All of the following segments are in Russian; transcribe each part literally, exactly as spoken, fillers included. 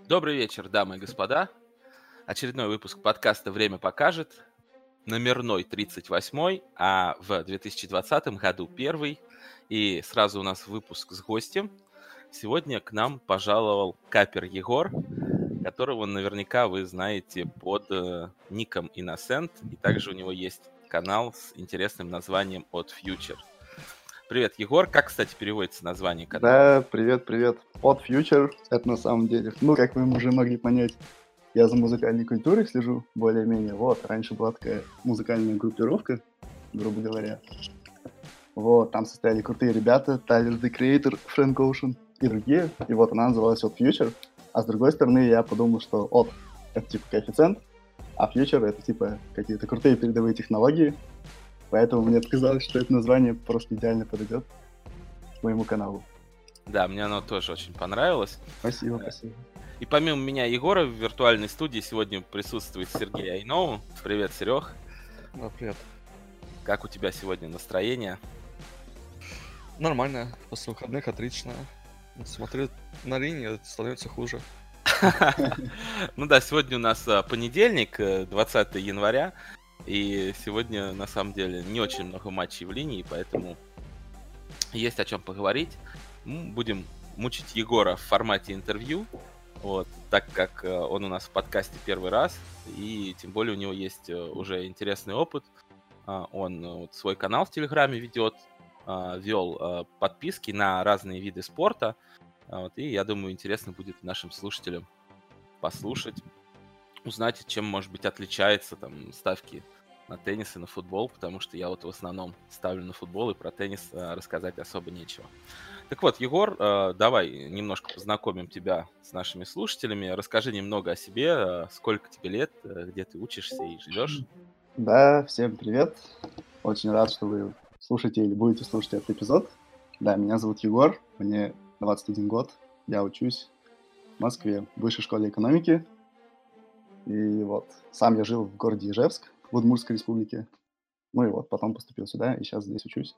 Добрый вечер, дамы и господа. Очередной выпуск подкаста «Время покажет». Номерной тридцать восьмой, а в две тысячи двадцатом году первый. И сразу у нас выпуск с гостем. Сегодня к нам пожаловал Капер Егор, которого наверняка вы знаете под э, ником Innocent. И также у него есть канал с интересным названием Odd Future. Привет, Егор. Как, кстати, переводится название канала? Да, привет, привет. Odd Future, это на самом деле, ну, как вы уже могли понять, я за музыкальной культурой слежу, более-менее. Вот, раньше была такая музыкальная группировка, грубо говоря. Вот, там состояли крутые ребята, Tyler, The Creator, Frank Ocean и другие. И вот она называлась Odd Future. А с другой стороны, я подумал, что Odd — это типа коэффициент, а Future — это типа какие-то крутые передовые технологии. Поэтому мне показалось, что это название просто идеально подойдет к моему каналу. Да, мне оно тоже очень понравилось. Спасибо, спасибо. И помимо меня, Егора, в виртуальной студии сегодня присутствует Сергей Айноу. Привет, Серег. Да, привет. Как у тебя сегодня настроение? Нормально, после выходных отлично. Смотрю на линии, становится хуже. Ну да, сегодня у нас а, понедельник, э, двадцатое января, и сегодня на самом деле не очень много матчей в линии, поэтому есть о чем поговорить. М, Будем мучить Егора в формате интервью, вот, так как э, он у нас в подкасте первый раз, и тем более у него есть э, уже интересный опыт. А, Он э, вот свой канал в Телеграме ведет, а, вел а, подписки на разные виды спорта, а, вот, и я думаю, интересно будет нашим слушателям послушать, узнать, чем, может быть, отличается там ставки на теннис и на футбол, потому что я вот в основном ставлю на футбол, и про теннис э, рассказать особо нечего. Так вот, Егор, э, давай немножко познакомим тебя с нашими слушателями. Расскажи немного о себе, э, сколько тебе лет, э, где ты учишься и живешь. Да, всем привет. Очень рад, что вы слушаете или будете слушать этот эпизод. Да, меня зовут Егор, мне двадцать один год, я учусь в Москве в Высшей школе экономики. И вот, сам я жил в городе Ижевск, в Удмуртской республике. Ну и вот, потом поступил сюда, и сейчас здесь учусь.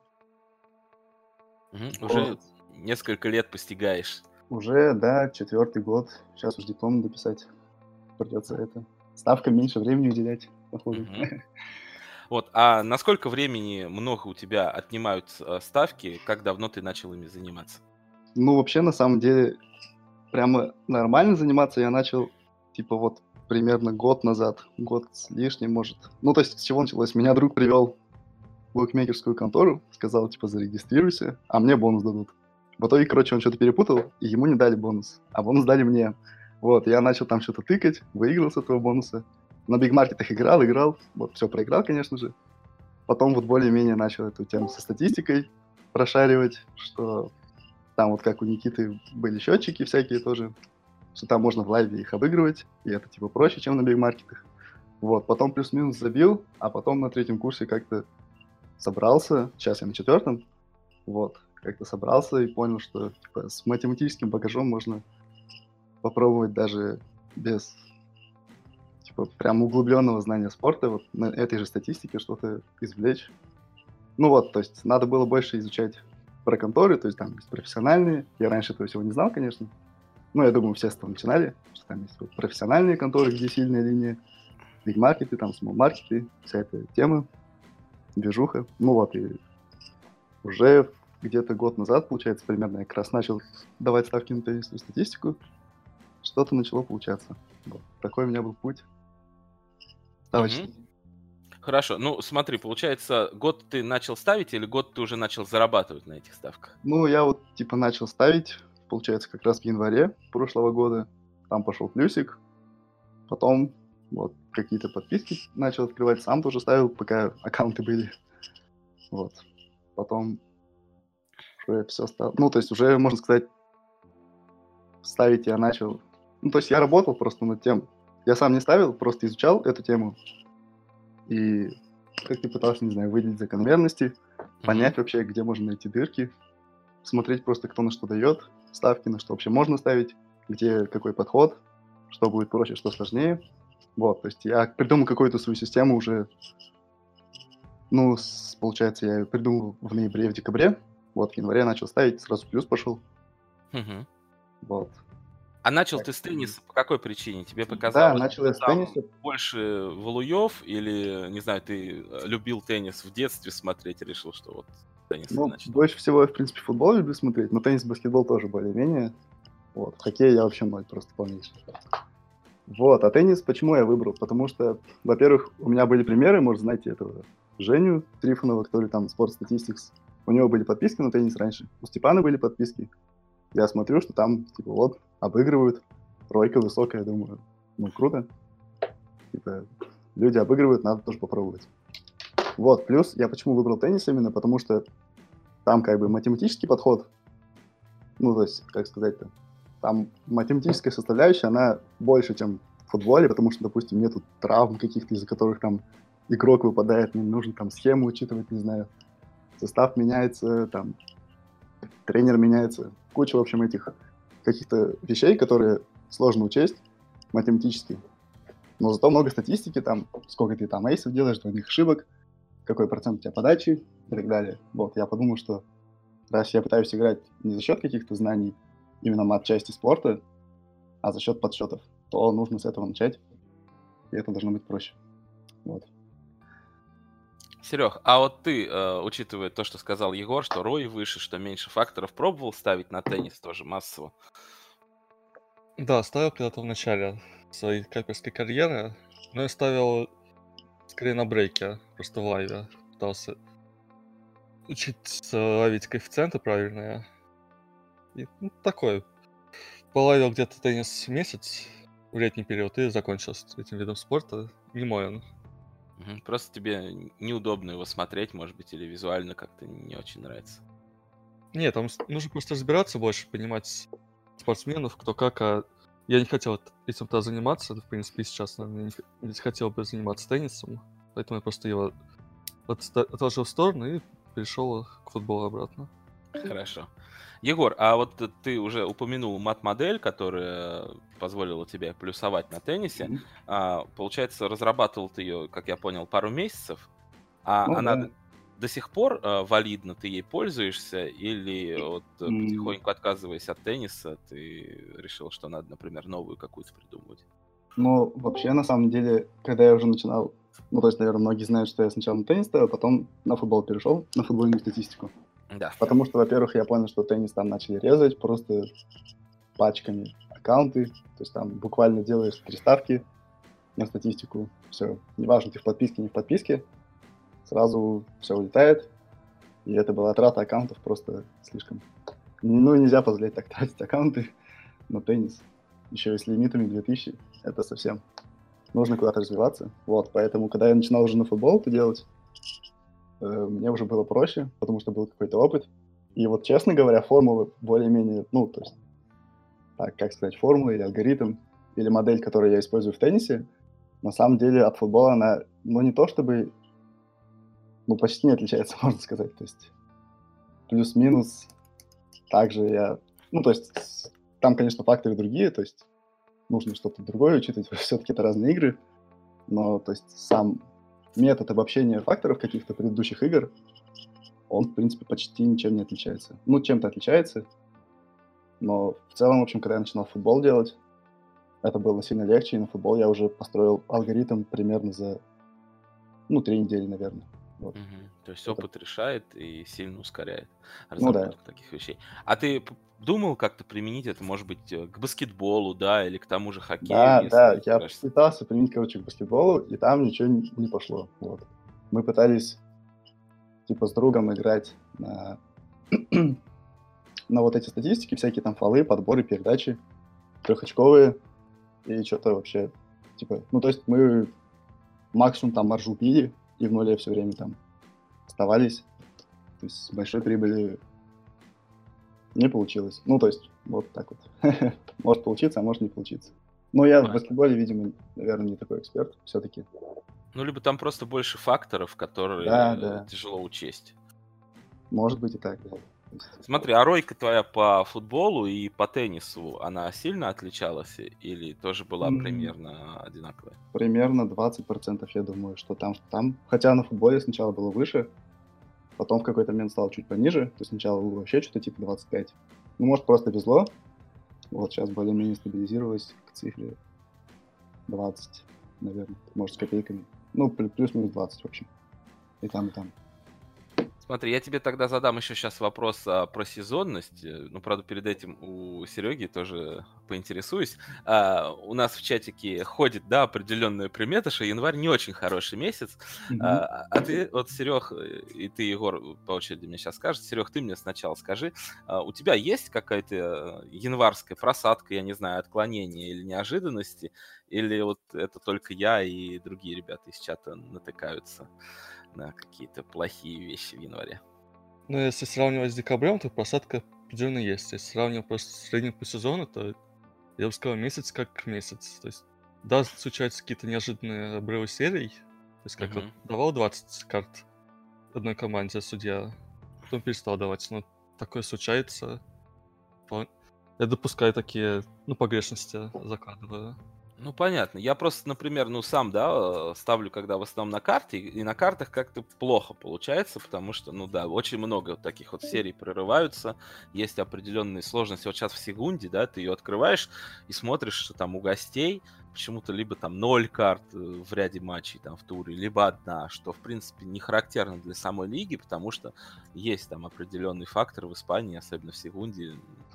Мгм. Вот. Уже несколько лет постигаешь. Уже, да, четвертый год. Сейчас уж диплом дописать придется это. Ставкам меньше времени уделять, походу. Мгм. Вот, а насколько времени много у тебя отнимают э, ставки, как давно ты начал ими заниматься? Ну, вообще, на самом деле, прямо нормально заниматься я начал, типа, вот примерно год назад, год с лишним, может. Ну, то есть, с чего началось? Меня друг привел в букмекерскую контору, сказал, типа, зарегистрируйся, а мне бонус дадут. В итоге, короче, он что-то перепутал, и ему не дали бонус, а бонус дали мне. Вот, я начал там что-то тыкать, выиграл с этого бонуса. На бигмаркетах играл, играл, вот, все проиграл, конечно же. Потом вот более-менее начал эту тему со статистикой прошаривать, что там вот как у Никиты были счетчики всякие тоже, что там можно в лайве их обыгрывать, и это типа проще, чем на бигмаркетах. Вот, потом плюс-минус забил, а потом на третьем курсе как-то собрался, сейчас я на четвертом, вот, как-то собрался и понял, что типа, с математическим багажом можно попробовать даже без типа прям углубленного знания спорта, вот на этой же статистике что-то извлечь. Ну вот, то есть надо было больше изучать про конторы, то есть там есть профессиональные. Я раньше этого всего не знал, конечно. Ну, я думаю, все с этого начинали, что там есть вот профессиональные конторы, где сильная линия, бигмаркеты, там смолл-маркеты, вся эта тема, движуха. Ну вот, и уже где-то год назад, получается, примерно я как раз начал давать ставки на теннисную статистику, что-то начало получаться. Вот. Такой у меня был путь ставочный. Мгм. Хорошо, ну смотри, получается, год ты начал ставить или год ты уже начал зарабатывать на этих ставках? Ну, я вот типа начал ставить, получается, как раз в январе прошлого года. Там пошел плюсик. Потом вот какие-то подписки начал открывать, сам тоже ставил, пока аккаунты были. Вот. Потом уже все стало... Ну, то есть уже, можно сказать, ставить я начал... Ну, то есть я работал просто над тем. Я сам не ставил, просто изучал эту тему. И как-то пытался, не знаю, выделить закономерности, понять Мгм. вообще, где можно найти дырки, смотреть просто, кто на что дает ставки, на что вообще можно ставить, где какой подход, что будет проще, что сложнее. Вот, то есть я придумал какую-то свою систему уже, ну, с- получается, я её придумал в ноябре, в декабре. Вот, в январе я начал ставить, сразу плюс пошел. Мгм. Вот. А начал Так, ты с тенниса по какой причине? Тебе да, показалось, начал я что с там тенниса. больше валуев, или, не знаю, ты э, любил теннис в детстве смотреть и решил, что вот с тенниса и Ну, начну? больше всего я, в принципе, футбол люблю смотреть, но теннис, баскетбол тоже более-менее. Вот. Хоккей я вообще ноль просто полнейший. Вот, а теннис почему я выбрал? Потому что, во-первых, у меня были примеры, может, знаете, этого Женю Трифонова, который там Sport Statistics. У него были подписки на теннис раньше, у Степана были подписки. Я смотрю, что там, типа, вот, обыгрывают, тройка высокая, думаю, ну, круто. Типа, люди обыгрывают, надо тоже попробовать. Вот, плюс я почему выбрал теннис именно, потому что там как бы математический подход, ну, то есть, как сказать-то, там математическая составляющая, она больше, чем в футболе, потому что, допустим, нету травм каких-то, из-за которых там игрок выпадает, не нужно там схему учитывать, не знаю, состав меняется, там, тренер меняется, куча, в общем, этих каких-то вещей, которые сложно учесть математически. Но зато много статистики, там, сколько ты там эйсов делаешь, двойных ошибок, какой процент у тебя подачи и так далее. Вот, я подумал, что раз я пытаюсь играть не за счет каких-то знаний именно мат-части спорта, а за счет подсчетов, то нужно с этого начать, и это должно быть проще. Вот. Серег, а вот ты, э, учитывая то, что сказал Егор, что рой выше, что меньше факторов, пробовал ставить на теннис тоже массово? Да, ставил когда-то в начале своей каперской карьеры, но я ставил скорее на брейке, просто в лайве. Пытался учить э, ловить коэффициенты правильные. И, ну, такой. Половил где-то теннис месяц в летний период и закончил с этим видом спорта. Не мой он. Мгм. Просто тебе неудобно его смотреть, может быть, или визуально как-то не очень нравится. Нет, там с- нужно просто разбираться больше, понимать спортсменов, кто как, а я не хотел эт- этим тогда заниматься, в принципе, и сейчас, наверное, не, х- не хотел бы заниматься теннисом, поэтому я просто его отста- отложил в сторону и перешел к футболу обратно. Хорошо. Егор, а вот э, ты уже упомянул мат-модель, которая позволила тебе плюсовать на теннисе. Мгм. А, получается, разрабатывал ты ее, как я понял, пару месяцев, а Ну она да. д- до сих пор э, валидна, ты ей пользуешься, или вот э, М, потихоньку отказываясь от тенниса, ты решил, что надо, например, новую какую-то придумывать? Ну, вообще, на самом деле, когда я уже начинал, ну, то есть, наверное, многие знают, что я сначала на теннис ставил, потом на футбол перешел, на футбольную статистику. Да. Потому что, во-первых, я понял, что теннис там начали резать просто пачками аккаунты, то есть там буквально делаешь приставки на статистику, все, неважно, ты в подписке, не в подписке, сразу все улетает, и это была трата аккаунтов просто слишком. Ну, нельзя позволять так тратить аккаунты на теннис, еще и с лимитами две тысячи, это совсем. Нужно куда-то развиваться, вот, поэтому, когда я начинал уже на футбол это делать, э, мне уже было проще, потому что был какой-то опыт, и вот, честно говоря, формулы более-менее, ну, то есть, так, как сказать, формула или алгоритм, или модель, которую я использую в теннисе, на самом деле от футбола она, ну, не то чтобы, ну, почти не отличается, можно сказать. То есть плюс-минус также я... Ну, то есть с- там, конечно, факторы другие, то есть нужно что-то другое учитывать, все-таки это разные игры, но, то есть сам метод обобщения факторов каких-то предыдущих игр, он, в принципе, почти ничем не отличается. Ну, чем-то отличается, но в целом, в общем, когда я начинал футбол делать, это было сильно легче, и на футбол я уже построил алгоритм примерно за, ну, три недели, наверное. Вот. Мгм. То есть Это, опыт решает и сильно ускоряет ну да. разработку таких вещей. А ты п- думал как-то применить это, может быть, э, к баскетболу, да, или к тому же хоккею, Да, да, если я играешь с- пытался применить, короче, к баскетболу, и там ничего не, не пошло. Вот. Мы пытались, типа, с другом играть на, на вот эти статистики, всякие там фолы, подборы, передачи, трехочковые, и что-то вообще, типа, ну, то есть мы максимум там маржу били, и в нуле все время там оставались. То есть с большой прибыли не получилось. Ну, то есть вот так вот. Может получиться, а может не получиться. Но я в Понятно. баскетболе, видимо, наверное, не такой эксперт все-таки. Ну, либо там просто больше факторов, которые Да, э, да, тяжело учесть. может быть и так, да. То есть Смотри, а ройка твоя по футболу и по теннису, она сильно отличалась и- или тоже была м, примерно одинаковая? примерно двадцать процентов, я думаю, что там, что там. Хотя на футболе сначала было выше, потом в какой-то момент стало чуть пониже. То есть сначала было вообще что-то типа двадцать пять. Ну, может, просто везло. Вот сейчас более-менее стабилизировалась к цифре двадцать, наверное, может, с копейками. Ну, плю- плюс-минус двадцать, в общем. И там, и там. Смотри, я тебе тогда задам еще сейчас вопрос а, про сезонность. Э, Ну, правда, перед этим у Сереги тоже поинтересуюсь. А, у нас в чатике ходит, да, определенная примета, что январь не очень хороший месяц. Мгм. А, а ты, вот, Серег, э, и ты, Егор, по очереди мне сейчас скажешь. Серег, ты мне сначала скажи, а, у тебя есть какая-то э, январская просадка, я не знаю, отклонение или неожиданности? Или вот это только я и другие ребята из чата натыкаются на какие-то плохие вещи в январе? Но если сравнивать с декабрем, то просадка определенно есть. Если сравнивать просто средний по сезону, то я бы сказал месяц как месяц. То есть, да, случаются какие-то неожиданные обрывы серий. То есть, как вот Мгм. давал двадцать карт одной команде судья, потом перестал давать. Но такое случается. Впол- Я допускаю такие, ну, погрешности, закладываю. Ну, понятно. Я просто, например, ну, сам, да, э, ставлю, когда в основном на карте, и на картах как-то плохо получается, потому что, ну да, очень много вот таких вот серий прорываются, есть определенные сложности. Вот сейчас в секунде, да, ты ее открываешь и смотришь, что там у гостей почему-то либо там ноль карт э, в ряде матчей там в туре, либо одна, что, в принципе, не характерно для самой лиги, потому что есть там определенный фактор в Испании, особенно в секунде,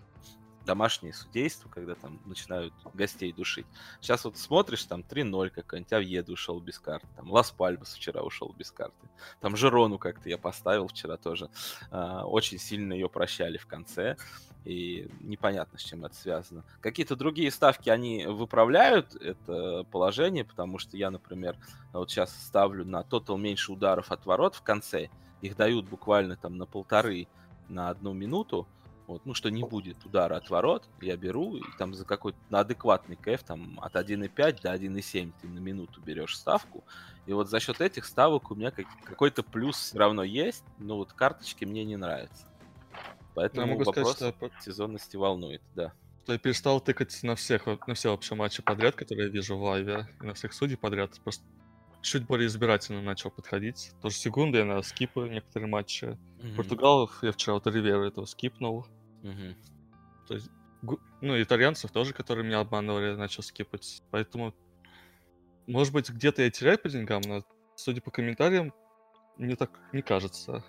домашнее судейство, когда там начинают гостей душить. Сейчас вот смотришь, там три ноль какой-нибудь, Авьедо ушел без карты, там Лас Пальмас вчера ушел без карты, там Жирону как-то я поставил вчера тоже, а, очень сильно ее прощали в конце, и непонятно, с чем это связано. Какие-то другие ставки, они выправляют это положение, потому что я, например, вот сейчас ставлю на тотал меньше ударов от ворот в конце, их дают буквально там на полторы, на одну минуту, вот, ну, что не будет удара от ворот, я беру, и там за какой-то на адекватный КФ, там от один и пять до один и семь ты на минуту берешь ставку, и вот за счет этих ставок у меня как- какой-то плюс все равно есть, но вот карточки мне не нравятся. Но я Поэтому могу сказать, что вопрос я, по- сезонности волнует, да. что я перестал тыкать на всех, во- на все вообще матчи подряд, которые я вижу в лайве, и на всех судей подряд. Просто чуть более избирательно начал подходить. Тоже секунды я на скипы некоторые матчи. Мгм, Португалов я вчера вот Ривера этого скипнул. мгм. То есть, гу- ну, итальянцев тоже, которые меня обманывали, начал скипать. Поэтому, может быть, где-то я теряю по деньгам, но, судя по комментариям, мне так не кажется.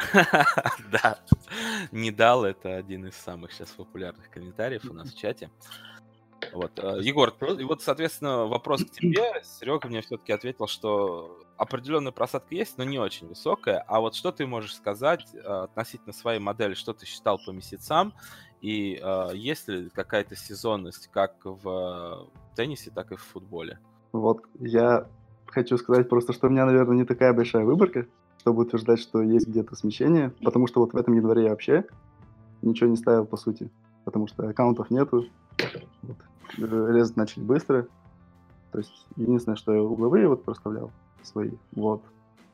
Да, не дал, это один из самых сейчас популярных комментариев у нас в чате. Вот, э, То есть, Егор, про- и вот, соответственно, вопрос к тебе. Серега мне все-таки ответил, что определенная просадка есть, но не очень высокая. А вот что ты можешь сказать э, относительно своей модели, что ты считал по месяцам, и э, есть ли какая-то сезонность как в э, теннисе, так и в футболе? Вот я хочу сказать просто, что у меня, наверное, не такая большая выборка, чтобы утверждать, что есть где-то смещение, потому что вот в этом январе я вообще ничего не ставил, по сути, потому что аккаунтов нету, вот. Э, резать начали быстро, то есть единственное, что я угловые вот проставлял свои, вот,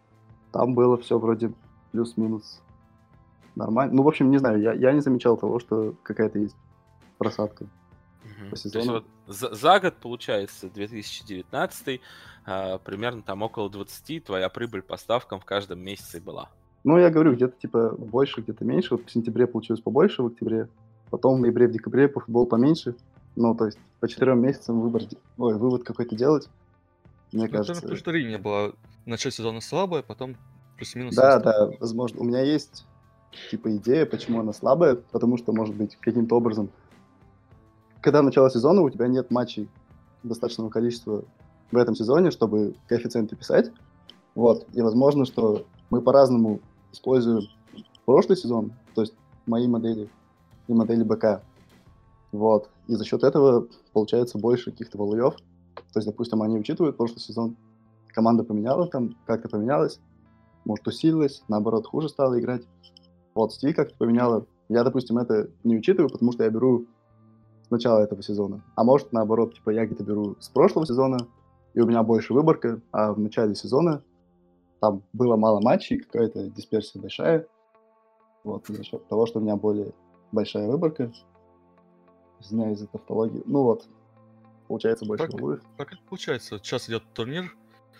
там было все вроде плюс-минус нормально. Ну, в общем, не знаю, я, я не замечал того, что какая-то есть просадка Мгм. по То есть сезону. вот за, за год, получается, две тысячи девятнадцатый, а, примерно там около двадцати твоя прибыль по ставкам в каждом месяце была. Ну, я говорю, где-то типа больше, где-то меньше. Вот в сентябре получилось побольше, в октябре. Потом в ноябре, в декабре по футболу поменьше. Ну, то есть по четырем месяцам выбор, де- ой, вывод какой-то делать, мне ну, это на кажется. прошлой линии было. В начале сезона слабая, потом плюс-минус Да, растет. да, возможно. У меня есть типа идея, почему она слабая, потому что, может быть, каким-то образом, когда начало сезона, у тебя нет матчей достаточного количества в этом сезоне, чтобы коэффициенты писать. Вот. И возможно, что мы по-разному используем прошлый сезон, то есть мои модели и модели БК. Вот. И за счет этого получается больше каких-то валуев. То есть, допустим, они учитывают прошлый сезон, команда поменяла там, как-то поменялась, может, усилилась, наоборот, хуже стала играть. Вот, стиль как-то поменяла. Я, допустим, это не учитываю, потому что я беру с начала этого сезона. А может, наоборот, типа, я где-то беру с прошлого сезона, и у меня больше выборка, а в начале сезона там было мало матчей, какая-то дисперсия большая. Вот, и за счет того, что у меня более большая выборка, извиняюсь за тавтологию, ну вот, получается больше Так, валуев. так и получается. Вот сейчас идет турнир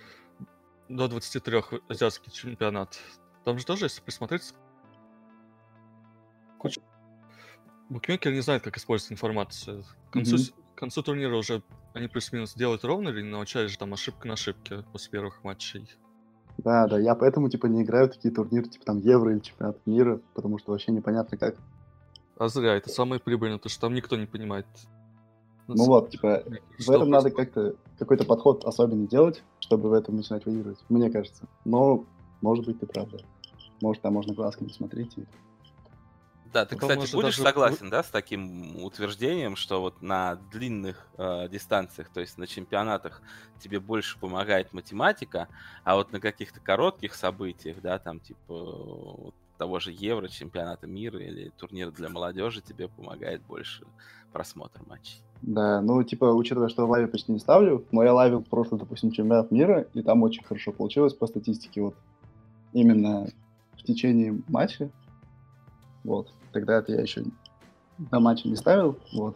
до двадцати трёх азиатский чемпионат. Там же тоже, если присмотреться, куча букмекеры не знают, как использовать информацию. К концу, Мгм. с- к концу турнира уже они плюс-минус делают ровно или на начале же там ошибка на ошибке после первых матчей. Да, да, я поэтому, типа, не играю в такие турниры, типа, там, Евро или Чемпионат мира, потому что вообще непонятно как. А зря, это самое прибыльное, потому что там никто не понимает. Ну, Ну с- вот, типа, в что этом надо происходит. как-то какой-то подход особенный делать, чтобы в этом начинать выигрывать, мне кажется. Но, может быть, ты прав, да. Может, там можно глазками смотреть и... Да, ты, Главное кстати, же будешь даже вы- согласен, да, с таким утверждением, что вот на длинных э, дистанциях, то есть на чемпионатах, тебе больше помогает математика, а вот на каких-то коротких событиях, да, там типа вот того же Евро, чемпионата мира или турнира для молодежи, тебе помогает больше просмотр матчей. Да, ну, типа, учитывая, что я лайве почти не ставлю, но я лайвил прошлый, допустим, чемпионат мира, и там очень хорошо получилось по статистике, вот, именно в течение матча, вот. Тогда это я еще на матче не ставил, вот,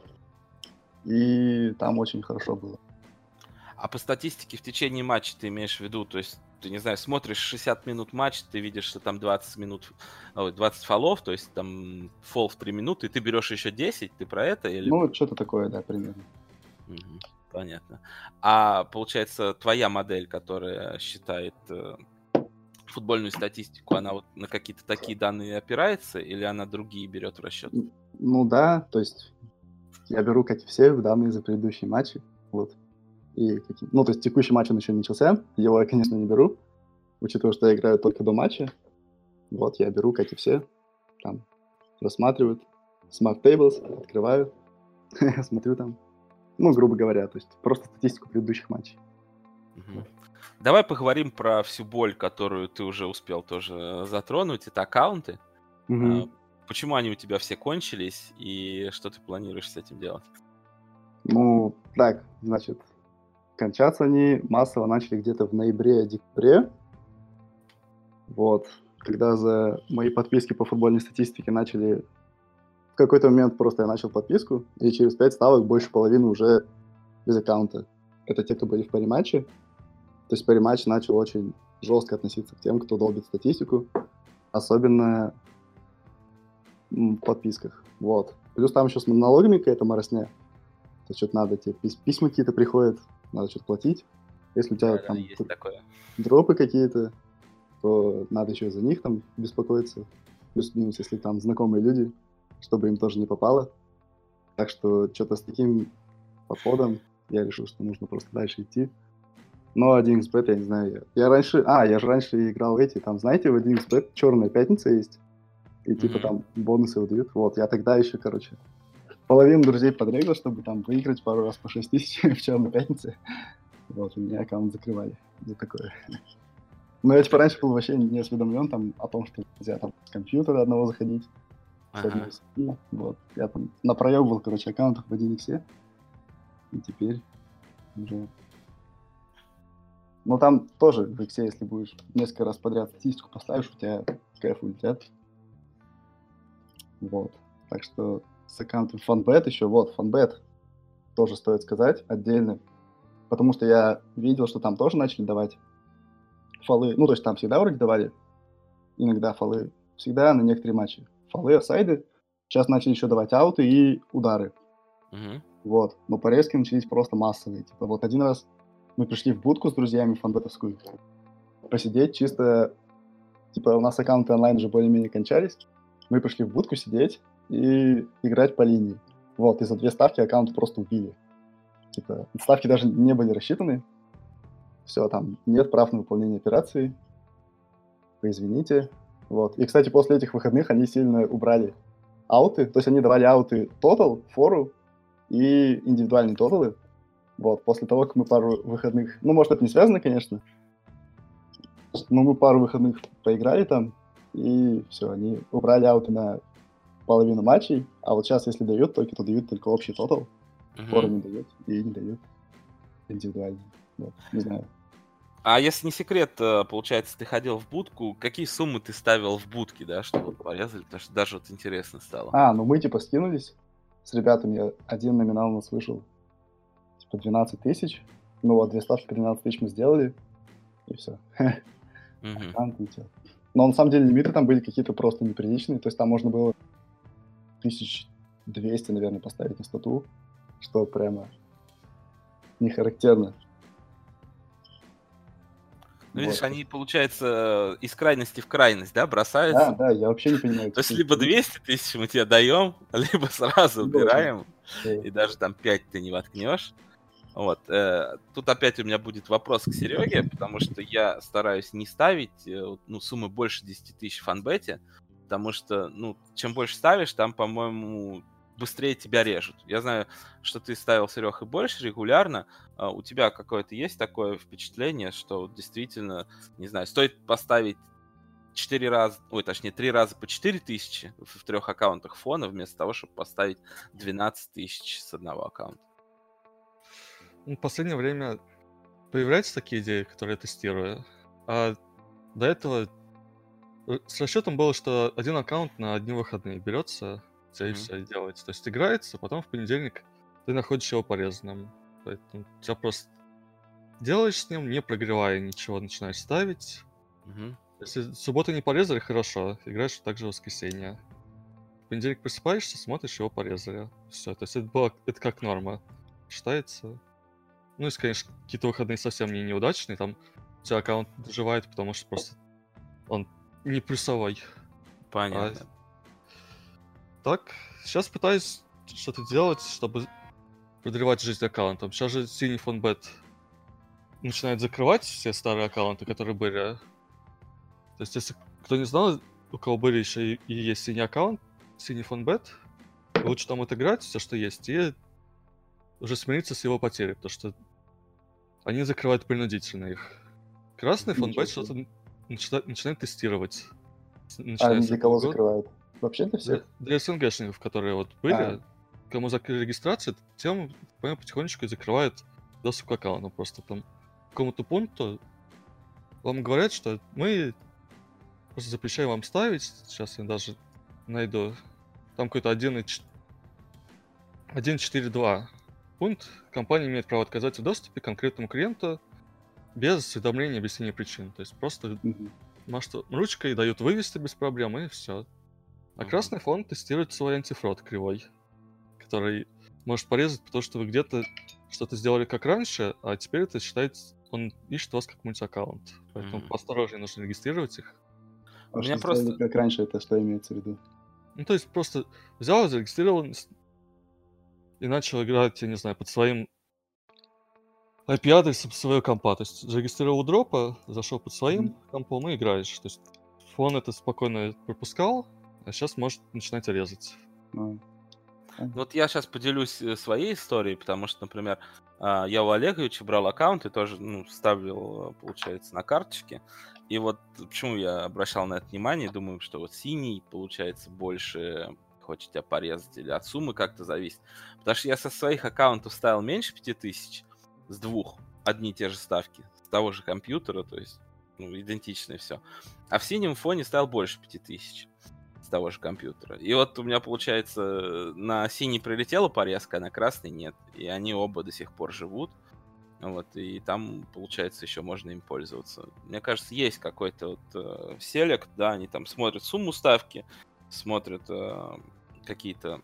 и там очень хорошо было. А по статистике в течение матча ты имеешь в виду, то есть ты, не знаю, смотришь шестьдесят минут матч, ты видишь, что там двадцать минут, ой, двадцать фолов, то есть там фол в три минуты, и ты берешь еще десять, ты про это или... Ну, что-то такое, да, примерно. Мгм, понятно. А получается, твоя модель, которая считает э, футбольную статистику, она вот на какие-то такие данные опирается, или она другие берет в расчет? Н- Ну да, то есть я беру, как и все, данные за предыдущие матчи, вот. И какие... Ну, то есть текущий матч он еще не начался, его я, конечно, не беру, учитывая, что я играю только до матча. Вот, я беру, как и все, там, рассматривают, Smart Tables, открываю, смотрю там, ну, грубо говоря, то есть просто статистику предыдущих матчей. Мгм. Давай поговорим про всю боль, которую ты уже успел тоже э, затронуть. Это аккаунты. А, Мгм. Почему они у тебя все кончились и что ты планируешь с этим делать? Ну, так, значит, кончаться они массово начали где-то в ноябре-декабре, вот, когда за мои подписки по футбольной статистике начали... В какой-то момент просто я начал подписку, и через пять ставок больше половины уже без аккаунта. Это те, кто были в париматче. То есть париматч начал очень жестко относиться к тем, кто долбит статистику, особенно м, в подписках. Вот. Плюс там еще с налогами какая-то моросня. То что-то надо, тебе пис- письма какие-то приходят, надо что-то платить. Если у тебя Да, да, там есть д- такое. дропы какие-то, то надо еще за них там беспокоиться. Плюс-минус, если там знакомые люди, чтобы им тоже не попало. Так что что-то с таким подходом я решил, что нужно просто дальше идти. Но один икс бет, я не знаю, я, я раньше... А, я же раньше играл в эти, там, знаете, в один икс бет черная пятница есть, и типа Мгм. там бонусы выдают. Вот, я тогда еще, короче, половину друзей подрегал, чтобы там выиграть пару раз по шесть тысяч в черной пятнице. Вот, у меня аккаунт закрывали за такое. Но я, типа, раньше был вообще не осведомлен там о том, что нельзя там с компьютера одного заходить, с одной Ага. сети. Вот, я там напроебывал, короче, аккаунтов в один икс, и теперь уже... Но там тоже в иксе, если будешь несколько раз подряд статистику поставишь, у тебя кайф улетят. Вот. Так что с аккаунтом FunBet еще, вот, FunBet тоже стоит сказать отдельно, потому что я видел, что там тоже начали давать фолы, ну, то есть там всегда вроде давали, иногда фолы, всегда на некоторые матчи. Фолы, офсайды, сейчас начали еще давать ауты и удары. Мгм. Вот. Но порезки начались просто массовые. Типа вот один раз мы пришли в будку с друзьями фанбетовскую посидеть чисто, типа у нас аккаунты онлайн уже более-менее кончались, мы пришли в будку сидеть и играть по линии. Вот, и за две ставки аккаунт просто убили. Типа, ставки даже не были рассчитаны. Все, там нет прав на выполнение операции. Вы извините. Вот. И, кстати, после этих выходных они сильно убрали ауты. То есть они давали ауты тотал, фору и индивидуальные тоталы. Вот. После того, как мы пару выходных... Ну, может, это не связано, конечно. Но мы пару выходных поиграли там, и все, они убрали ауты на половину матчей. А вот сейчас, если дают, только то дают только общий тотал. Фору Мгм. не дают и не дают индивидуальный. Вот. Не знаю. А если не секрет, э, получается, ты ходил в будку, какие суммы ты ставил в будке, да, что вот порезали, потому что даже вот интересно стало. А, ну мы типа скинулись с ребятами. Один номинал у нас вышел типа двенадцать тысяч. Ну вот, две ставки по двенадцать тысяч мы сделали, и все. Мгм. Там улетел. Но на самом деле лимиты там были какие-то просто неприличные. То есть там можно было тысяч двести, наверное, поставить на стату, что прямо не характерно. Ну, видишь, Вот. они, получается, из крайности в крайность, да, Да, бросаются. да, я вообще не понимаю. То есть какие либо люди. двести тысяч мы тебе даем, либо сразу Ну, убираем, да. и даже там пять ты не воткнешь. Вот. э, Тут опять у меня будет вопрос к Сереге, потому что я стараюсь не ставить э, вот, ну, суммы больше десяти тысяч в фанбете, потому что, ну, чем больше ставишь, там, по-моему, быстрее тебя режут. Я знаю, что ты ставил, Серег, и больше регулярно. А у тебя какое-то есть такое впечатление, что вот действительно, не знаю, стоит поставить четыре раза, ой, точнее, три раза по четыре тысячи в, в трех аккаунтах фона, вместо того, чтобы поставить двенадцать тысяч с одного аккаунта? Ну, в последнее время появляются такие идеи, которые я тестирую. А до этого э, с расчетом было, что один аккаунт на одни выходные берется, и Мгм. все и делается. То есть играется, потом в понедельник ты находишь его порезанным. Поэтому у тебя просто делаешь с ним, не прогревая ничего, начинаешь ставить. Мгм. Если субботу не порезали, хорошо, играешь также в воскресенье. В понедельник просыпаешься, смотришь, его порезали. Все, то есть это было, это как норма считается. Ну, если, конечно, какие-то выходные совсем не неудачные, там у тебя аккаунт доживает, потому что просто он не плюсовой. А Понятно. так, сейчас пытаюсь что-то делать, чтобы продлевать жизнь аккаунтом. Сейчас же синий фонбет начинает закрывать все старые аккаунты, которые были. То есть, если кто не знал, у кого были еще и, и есть синий аккаунт, синий фонбет, лучше там отыграть все, что есть, и уже смириться с его потерей, потому что они закрывают принудительно их. Красный Ничего фонбет себе. что-то начинает, начинает тестировать. с- А Начиная они с для этого кого года. закрывают? Вообще для Для, всех? для СНГшников, которые вот были, А, кому закрыли регистрацию, тем по-моему, потихонечку закрывают доступ к аккаунту. Просто там к какому-то пункту вам говорят, что мы просто запрещаем вам ставить. Сейчас я даже найду. Там какой-то один четыре два пункт. Компания имеет право отказать в доступе к конкретному клиенту без уведомления, объяснения причин. То есть просто мгм. машут ручкой, дают вывести без проблем, и все. А Мгм. красный фон тестирует свой антифрод кривой, который может порезать, потому что вы где-то что-то сделали как раньше, а теперь это считается, он ищет вас как мультиаккаунт. Поэтому Мгм. поосторожнее нужно регистрировать их. А У меня что сделали просто... как раньше, это что имеется в виду? Ну, то есть просто взял, зарегистрировал с- и начал играть, я не знаю, под своим ай пи-адресом своего компа. То есть зарегистрировал дропа, зашел под своим Мгм. компом и играешь. То есть фон это спокойно пропускал, а сейчас может начинать резать. А, Ну, понятно. вот я сейчас поделюсь э, своей историей, потому что, например, а, я у Олеговича брал аккаунт и тоже, ну, ставил, э, получается, на карточке. И вот почему я обращал на это внимание, думаю, что вот синий, получается, больше хочет тебя порезать или от суммы как-то зависит. Потому что я со своих аккаунтов ставил меньше пяти тысяч, с двух, одни и те же ставки, с того же компьютера, то есть, ну, идентичное все. А в синем фоне ставил больше пяти тысяч с того же компьютера. И вот у меня, получается, на синий прилетела порезка, а на красный нет. И они оба до сих пор живут. Вот, и там, получается, еще можно им пользоваться. Мне кажется, есть какой-то вот э, селект, да, они там смотрят сумму ставки, смотрят э, какие-то,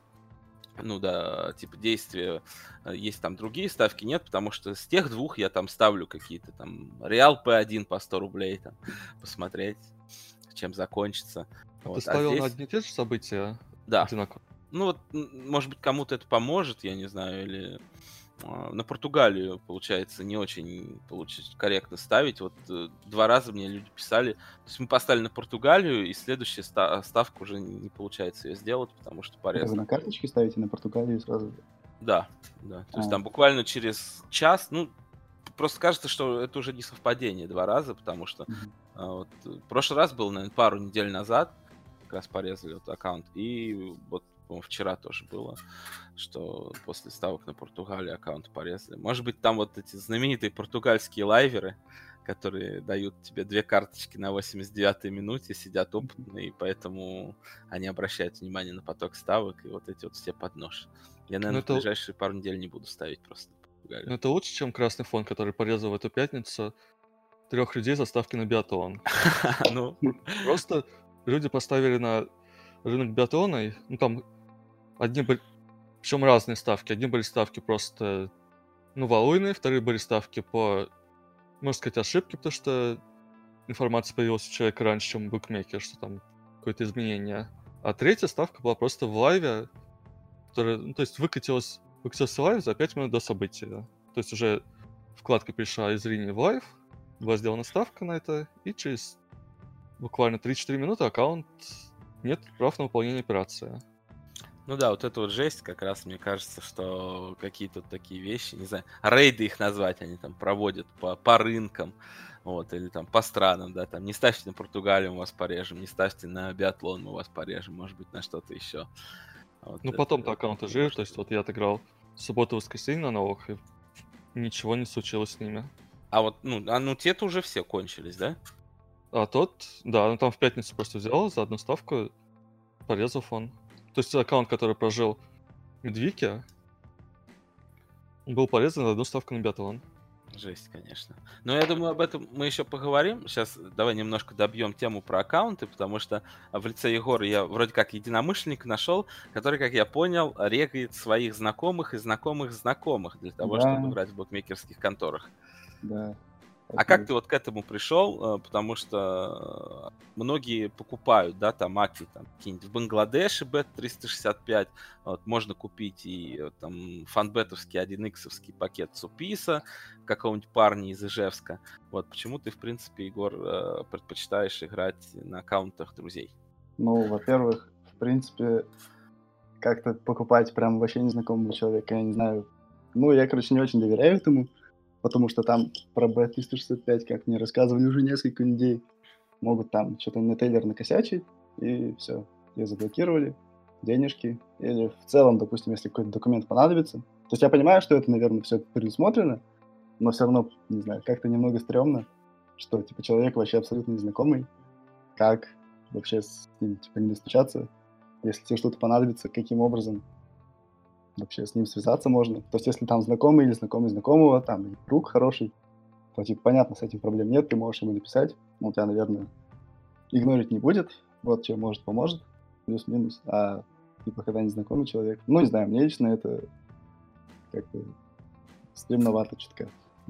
ну да, типа действия. Э, Есть там другие ставки, нет, потому что с тех двух я там ставлю какие-то там Реал пи один по сто рублей, там, посмотреть, чем закончится. А ты Вот, а ставил на здесь, одни и те же события да, одинаково? ну вот, м, может быть, кому-то это поможет, я не знаю, или а, на Португалию, получается, не очень получится корректно ставить. Вот э, два раза мне люди писали. То есть мы поставили на Португалию, и следующая ста- ставка уже не получается ее сделать, потому что Это вы порезано. на карточке ставите на Португалию сразу? Да, да. То есть А, там буквально через час, ну, просто кажется, что это уже не совпадение два раза, потому что мгм. а, вот э, в прошлый раз был, наверное, пару недель назад, как раз порезали вот аккаунт, и вот, по-моему, вчера тоже было, что после ставок на Португалию аккаунт порезали. Может быть, там вот эти знаменитые португальские лайверы, которые дают тебе две карточки на восемьдесят девятой минуте, сидят опытные, и поэтому они обращают внимание на поток ставок, и вот эти вот все подножи. Я, Ну наверное, в это, ближайшие пару недель не буду ставить просто на ну Португалию. это лучше, чем красный фон, который порезал в эту пятницу трех людей за ставки на биатлон. Ну, Просто люди поставили на рынок биатлона, и, ну там одни, бр- Причем разные ставки. Одни были ставки просто, ну, валуйные, вторые были ставки по, можно сказать, ошибке, потому что информация появилась у человека раньше, чем у букмекера, что там какое-то изменение. А третья ставка была просто в лайве, которая, ну, то есть выкатилась, выкатился лайв за пять минут до события. То есть уже вкладка перешла из линии в лайв, была сделана ставка на это, и через буквально три-четыре минуты аккаунт нет прав на выполнение операции. Ну да, вот это вот жесть, как раз мне кажется, что какие-то такие вещи, не знаю, рейды их назвать, они там проводят по, по рынкам, вот, или там по странам, да, там, не ставьте на Португалию, мы вас порежем, не ставьте на биатлон, мы вас порежем, может быть, на что-то еще. Вот ну это, потом-то это, аккаунты это жили, может то есть быть. вот я отыграл в субботу-воскресенье на новых, и ничего не случилось с ними. А вот, ну, а ну те-то уже все кончились, да? А тот, да, ну там в пятницу просто взял за одну ставку, порезал фон. То есть аккаунт, который прожил Медвики, был порезан за одну ставку на биатлон. Жесть, конечно. Но я думаю, об этом мы еще поговорим. Сейчас давай немножко добьем тему про аккаунты, потому что в лице Егора я вроде как единомышленника нашел, который, как я понял, регает своих знакомых и знакомых знакомых для того, Да. чтобы играть в букмекерских конторах. Да. А как ты вот к этому пришел? Э, Потому что э, многие покупают, да, там аки там какие-нибудь в Бангладеше бет триста шестьдесят пять, вот, можно купить и э, там фанбетовский один иксовский пакет Суписа, какого-нибудь парня из Ижевска. Вот почему ты, в принципе, Егор, э, предпочитаешь играть на аккаунтах друзей? Ну, во-первых, в принципе, как-то покупать прям вообще незнакомого человека, я не знаю. Ну, я, короче, не очень доверяю этому, потому что там про бет триста шестьдесят пять, как мне рассказывали уже несколько людей, могут там что-то на тейлер накосячить, и все, ее заблокировали, денежки. Или в целом, допустим, если какой-то документ понадобится. То есть я понимаю, что это, наверное, все предусмотрено, но все равно, не знаю, как-то немного стрёмно, что, типа, человек вообще абсолютно незнакомый, как вообще с ним, типа, не достучаться, если тебе что-то понадобится, каким образом вообще с ним связаться можно. То есть если там знакомый или знакомый знакомого, там, или друг хороший, то, типа, понятно, с этим проблем нет, ты можешь ему написать, он тебя, наверное, игнорить не будет, вот, чем может, поможет, плюс-минус, а, типа, когда незнакомый человек, ну, не знаю, мне лично это как-то стремновато чутка.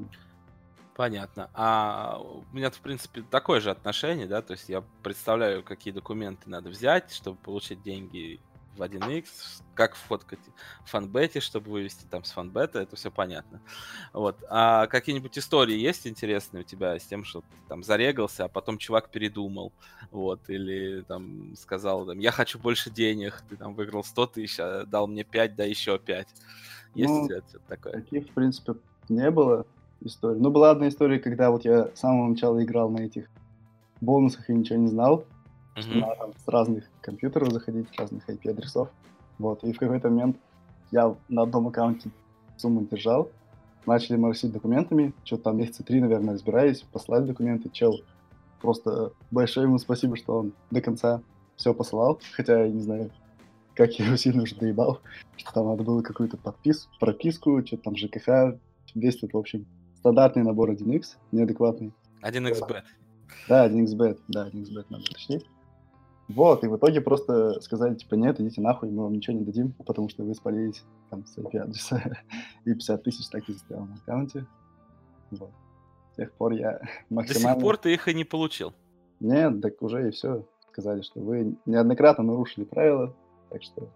Понятно. А у меня, в принципе, такое же отношение, да, то есть я представляю, какие документы надо взять, чтобы получить деньги в один икс, как вфоткать в фанбете, чтобы вывести там с фанбета, это все понятно. Вот. А какие-нибудь истории есть интересные у тебя с тем, что ты там зарегался, а потом чувак передумал, вот, или там сказал, там, я хочу больше денег, ты там выиграл сто тысяч, а дал мне пять, да еще пять. Есть Ну, у тебя что-то такое? таких, в принципе, не было историй. Ну, была одна история, когда вот я с самого начала играл на этих бонусах и ничего не знал, что Мгм. надо там с разных компьютеров заходить, с разных ай пи-адресов. Вот, и в какой-то момент я на одном аккаунте сумму держал, начали моросить документами, что-то там месяца три, наверное, разбирались, послали документы, чел. Просто большое ему спасибо, что он до конца все посылал, хотя я не знаю, как я его сильно уже доебал, что там надо было какую-то подписку, прописку, что-то там ЖКХ, весь этот, в общем, стандартный набор один икс, неадекватный. один икс бет. Да, один икс бет, да, один икс бет надо уточнить. Вот, и в итоге просто сказали, типа, нет, идите нахуй, мы вам ничего не дадим, потому что вы спалились там с ай пи-адреса, и пятьдесят тысяч так и застрял на аккаунте. Вот. С тех пор я До максимально... сих пор ты их и не получил. Нет, так уже и все. Сказали, что вы неоднократно нарушили правила, так что...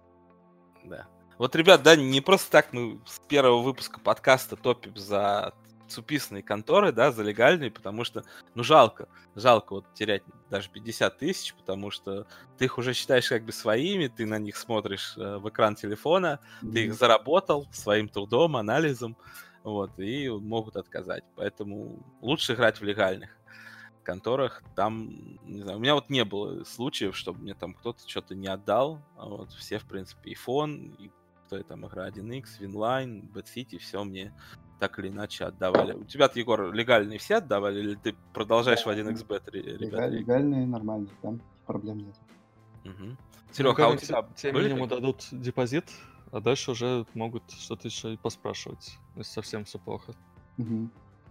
Да. Вот, ребят, да, не просто так мы с первого выпуска подкаста топим за цуписные конторы, да, за легальные, потому что, ну, жалко, жалко вот терять даже пятьдесят тысяч, потому что ты их уже считаешь как бы своими, ты на них смотришь э, в экран телефона, ты их заработал своим трудом, анализом, вот, и могут отказать. Поэтому лучше играть в легальных конторах. Там, не знаю, у меня вот не было случаев, чтобы мне там кто-то что-то не отдал. А вот все, в принципе, и фон, и кто я там играю, один икс, Винлайн, Бэтсити, все мне так или иначе отдавали. У тебя, Егор, легальные все отдавали, или ты продолжаешь в один икс бет, ребята? Легальные, нормальные, там проблем нет. Угу. Ну, Серега, а у когда тебя те были минимум такие? дадут депозит, а дальше уже могут что-то еще и поспрашивать, если совсем все плохо. Мгм.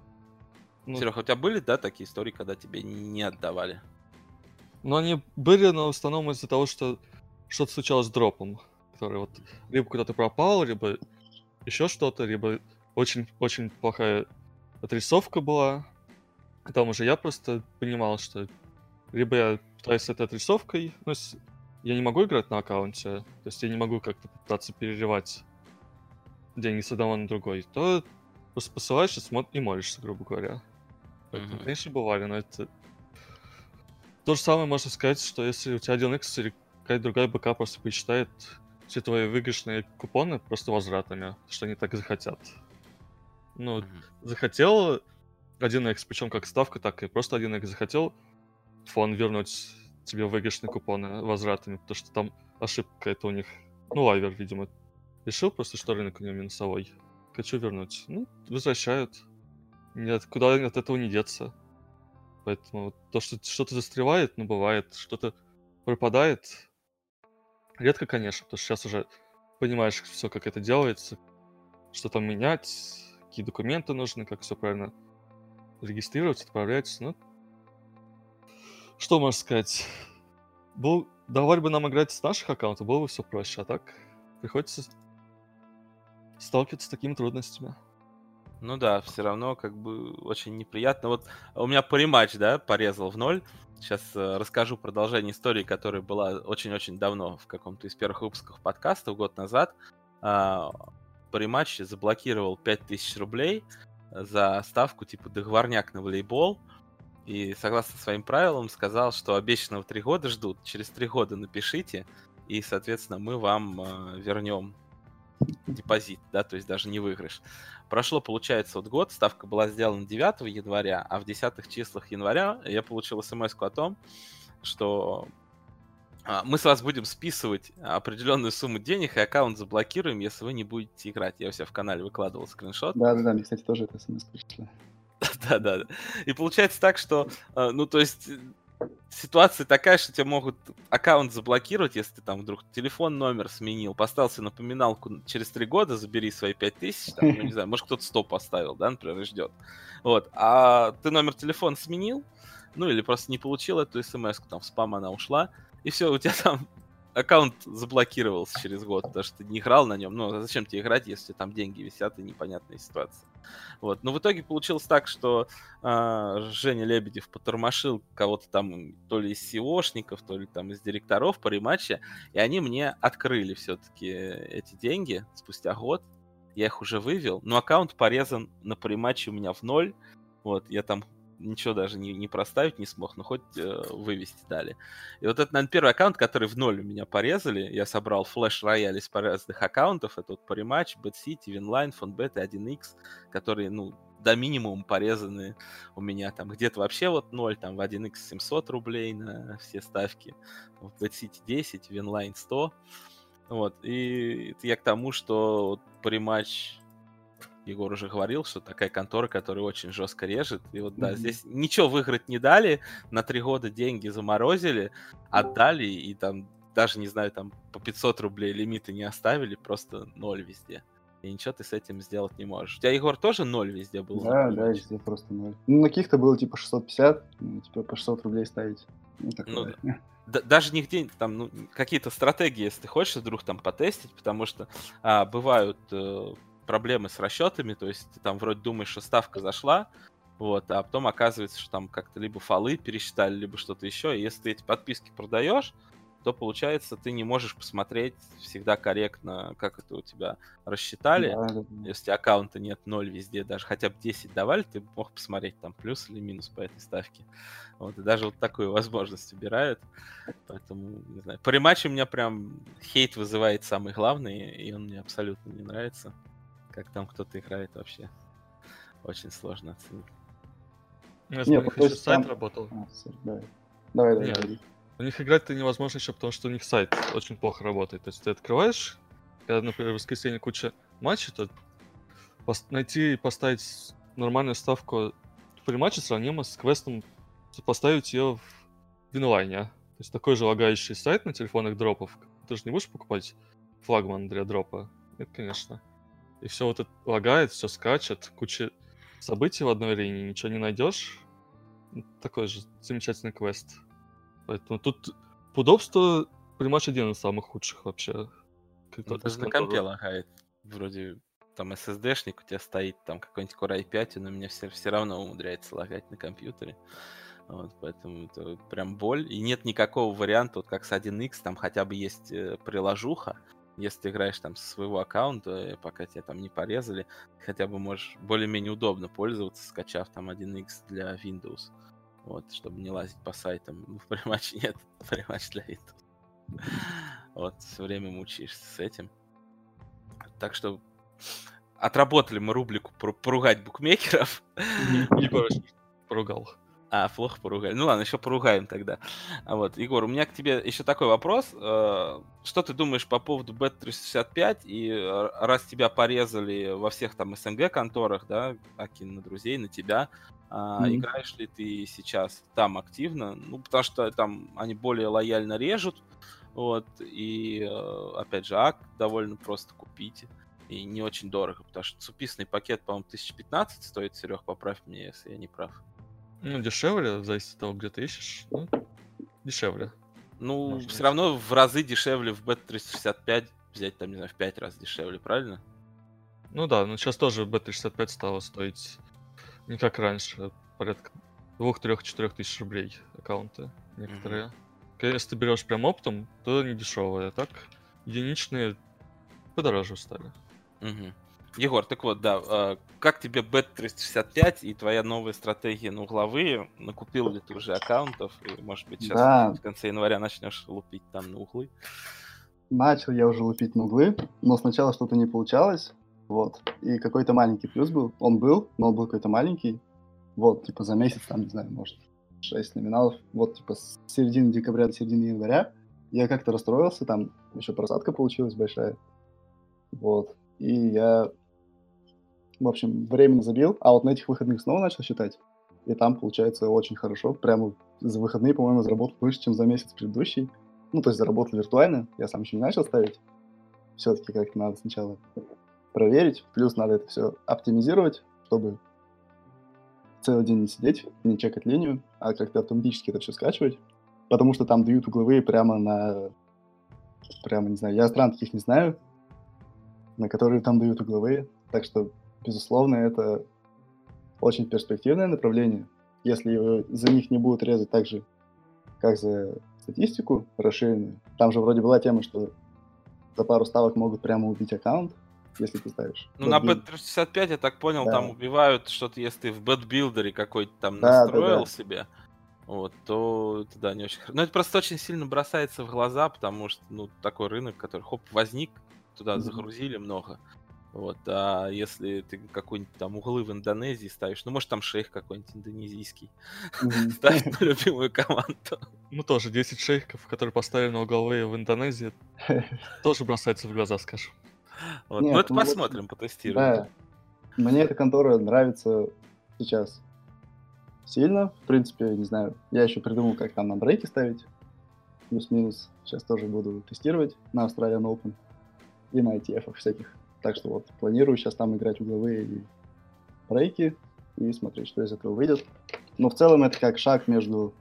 Ну, Серега, у тебя были, да, такие истории, когда тебе не отдавали? но они были, но в основном из-за того, что что-то случалось с дропом. который вот либо куда-то пропал, либо еще что-то, либо очень-очень плохая отрисовка была. И там уже я просто понимал, что либо я пытаюсь с этой отрисовкой, ну, с- я не могу играть на аккаунте, то есть я не могу как-то пытаться переливать деньги с одного на другой, то просто посылаешь и, смо- и молишься, грубо говоря. Поэтому, Мгм. конечно, бывали, но это... То же самое можно сказать, что если у тебя один икс или какая-то другая БК просто посчитает все твои выигрышные купоны просто возвратами, что они так захотят. Ну, Мгм. захотел один икс, причем как ставка, так и просто один икс захотел фон вернуть тебе выигрышные купоны возвратами, потому что там ошибка это у них. Ну, лайвер, видимо, решил просто, что рынок у него минусовой. Хочу вернуть. Ну, возвращают. Нет, куда от этого не деться. Поэтому вот то, что что-то застревает, ну, бывает. Что-то пропадает. Редко, конечно, потому что сейчас уже понимаешь все, как это делается, что там менять, какие документы нужны, как все правильно регистрировать, отправлять. Ну, что можно сказать? Был, давали бы нам играть с наших аккаунтов, было бы все проще, а так приходится сталкиваться с такими трудностями. Ну да, все равно как бы очень неприятно. Вот у меня париматч, да, порезал в ноль. Сейчас расскажу продолжение истории, которая была очень-очень давно в каком-то из первых выпусков подкаста, год назад. А, Париматч заблокировал пять тысяч рублей за ставку типа договорняк на волейбол. И согласно своим правилам сказал, что обещанного три года ждут. Через три года напишите, и, соответственно, мы вам э, вернем депозит, да, то есть даже не выигрыш. Прошло, получается, вот год, ставка была сделана девятого января, а в десятых числах января я получил смс-ку о том, что а, мы с вас будем списывать определенную сумму денег и аккаунт заблокируем, если вы не будете играть. Я у себя в канале выкладывал скриншот. Да-да-да, мне, кстати, тоже это смс пришла. Да-да-да. И получается так, что, э, ну, то есть э, ситуация такая, что тебе могут аккаунт заблокировать, если ты там вдруг телефон, номер сменил, поставил себе напоминалку через три года, забери свои пять тысяч, там, ну, не знаю, может, кто-то сто поставил, да, например, и ждет. Вот, а ты номер телефона сменил, ну, или просто не получил эту смс-ку, там, в спам она ушла, и все, у тебя там аккаунт заблокировался через год, потому что ты не играл на нем. Ну, а зачем тебе играть, если там деньги висят и непонятная ситуация. Вот. Но в итоге получилось так, что а, Женя Лебедев потормошил кого-то там то ли из сеошников, то ли там из директоров по рематче, и они мне открыли все-таки эти деньги спустя год. Я их уже вывел, но аккаунт порезан на париматче у меня в ноль. Вот, я там ничего даже не, не проставить не смог, но хоть э, вывести дали. И вот это, наверное, первый аккаунт, который в ноль у меня порезали. Я собрал флеш-рояль из разных аккаунтов. Это вот Parimatch, Bad City, Winline, Fonbet и один икс, которые, ну, до минимума порезаны у меня. Там где-то вообще вот ноль, там в один икс семьсот рублей на все ставки. В Bad City десять, Winline сто. Вот, и это я к тому, что вот Parimatch... Егор уже говорил, что такая контора, которая очень жестко режет. И вот да, Мгм. здесь ничего выиграть не дали, на три года деньги заморозили, отдали, и там даже, не знаю, там по пятьсот рублей лимиты не оставили, просто ноль везде. И ничего ты с этим сделать не можешь. У тебя, Егор, тоже ноль везде был за Да, да, Parimatch? везде просто ноль. Ну, на каких-то было типа шестьсот пятьдесят, ну, типа по шестьсот рублей ставить. Ну, Ну, такое. да- даже нигде там ну, какие-то стратегии, если ты хочешь вдруг там потестить, потому что а, бывают э, проблемы с расчетами, то есть ты там вроде думаешь, что ставка зашла, вот, а потом оказывается, что там как-то либо фолы пересчитали, либо что-то еще, и если ты эти подписки продаешь, то получается ты не можешь посмотреть всегда корректно, как это у тебя рассчитали. Да, да, да. Если аккаунта нет ноль везде, даже хотя бы десять давали, ты мог посмотреть там плюс или минус по этой ставке. Вот, и даже вот такую возможность убирают. Поэтому, не знаю. По рематчу у меня прям хейт вызывает самый главный, и он мне абсолютно не нравится. Как там кто-то играет вообще. Очень сложно оценить. Ну, если Не, бы у них то еще есть сайт там... работал. А, сори, давай. Давай, давай, Нет, говори. у них играть-то невозможно еще потому, что у них сайт очень плохо работает. То есть ты открываешь, когда, например, в воскресенье куча матчей, то пос- найти и поставить с- нормальную ставку при матче сравнимо с квестом поставить ее в Винлайне. То есть такой же лагающий сайт на телефонных дропов. Ты же не будешь покупать флагман для дропа? Нет, конечно. И все вот это лагает, все скачет, куча событий в одной линии, ничего не найдешь. Такой же замечательный квест. Поэтому тут по удобству Приматч один из самых худших вообще. Какой-то Он даже на контроллер. компе лагает. Вроде там эс эс ди-шник у тебя стоит, там какой-нибудь Core ай пять, но у меня все, все равно умудряется лагать на компьютере. Вот, поэтому это прям боль. И нет никакого варианта, вот как с один икс, там хотя бы есть э, приложуха. Если ты играешь там со своего аккаунта, э, пока тебя там не порезали, ты хотя бы можешь более-менее удобно пользоваться, скачав там один икс для Windows. Вот, чтобы не лазить по сайтам. Ну, в Primatch нет, Primatch для Windows. Вот, все время мучаешься с этим. Так что отработали мы рубрику пору- поругать букмекеров. Егор поругал. А, плохо поругали. Ну ладно, еще поругаем тогда. А вот, Егор, у меня к тебе еще такой вопрос. Э, Что ты думаешь по поводу бет триста шестьдесят пять? И э, раз тебя порезали во всех там эс эн гэ-конторах, да, Акин на друзей, на тебя, а, Мгм. играешь ли ты сейчас там активно? Ну, потому что там они более лояльно режут, вот, и, э, опять же, ак довольно просто купить. И не очень дорого, потому что суписный пакет, по-моему, тысяча пятнадцать стоит. Серег, поправь меня, если я не прав. Ну, дешевле, зависит от того, где ты ищешь. Ну, дешевле. Ну, Можно все найти. равно в разы дешевле в бет триста шестьдесят пять взять, там, не знаю, в пять раз дешевле, правильно? Ну да, но сейчас тоже бет триста шестьдесят пять стало стоить не как раньше, порядка двух-трех-четырех тысяч рублей аккаунты некоторые. Если ты берешь прям оптом, то они дешевые, а так единичные подороже стали. Мгм. Егор, так вот, да, а, как тебе бет триста шестьдесят пять и твоя новая стратегия на угловые? Накупил ли ты уже аккаунтов? И, может быть, сейчас Да, в конце января начнешь лупить там на углы? начал я уже лупить на углы, но сначала что-то не получалось, вот, и какой-то маленький плюс был, он был, но он был какой-то маленький, вот, типа за месяц, там, не знаю, может, шесть номиналов, вот, типа с середины декабря до середины января я как-то расстроился, там еще просадка получилась большая, вот, и я, в общем, временно забил, а вот на этих выходных снова начал считать, и там получается очень хорошо, прямо за выходные, по-моему, заработал больше, чем за месяц предыдущий, ну, то есть заработал виртуально, я сам еще не начал ставить, все-таки как-то надо сначала проверить, плюс надо это все оптимизировать, чтобы целый день не сидеть, не чекать линию, а как-то автоматически это все скачивать, потому что там дают угловые прямо на, прямо, не знаю, я стран таких не знаю, на которые там дают угловые, так что, безусловно, это очень перспективное направление. Если вы за них не будут резать так же, как за статистику расширенную, там же вроде была тема, что за пару ставок могут прямо убить аккаунт, если ты ставишь. Ну, на бэтбилд. бет триста шестьдесят пять, я так понял, там Да, убивают что-то, если ты в бэтбилдере какой-то там да, да, настроил да. себе, вот, то это, да, не очень хорошо. Но это просто очень сильно бросается в глаза, потому что, ну, такой рынок, который, хоп, возник, туда Мгм. загрузили много. Вот, а если ты какой-нибудь там углы в Индонезии ставишь, ну, может, там шейх какой-нибудь индонезийский Мгм. ставит на любимую команду. Ну тоже десять шейхов, которые поставили на угловые в Индонезии, тоже бросается в глаза, скажем. Вот, ну, Нет, это ну, в общем, посмотрим, потестируем. да, мне эта контора нравится сейчас сильно. В принципе, не знаю, я еще придумал, как там на брейки ставить. Плюс-минус. Сейчас тоже буду тестировать на Australian Open и на ай ти эф всяких. Так что вот, планирую сейчас там играть угловые и брейки и смотреть, что из этого выйдет. Но в целом это как шаг между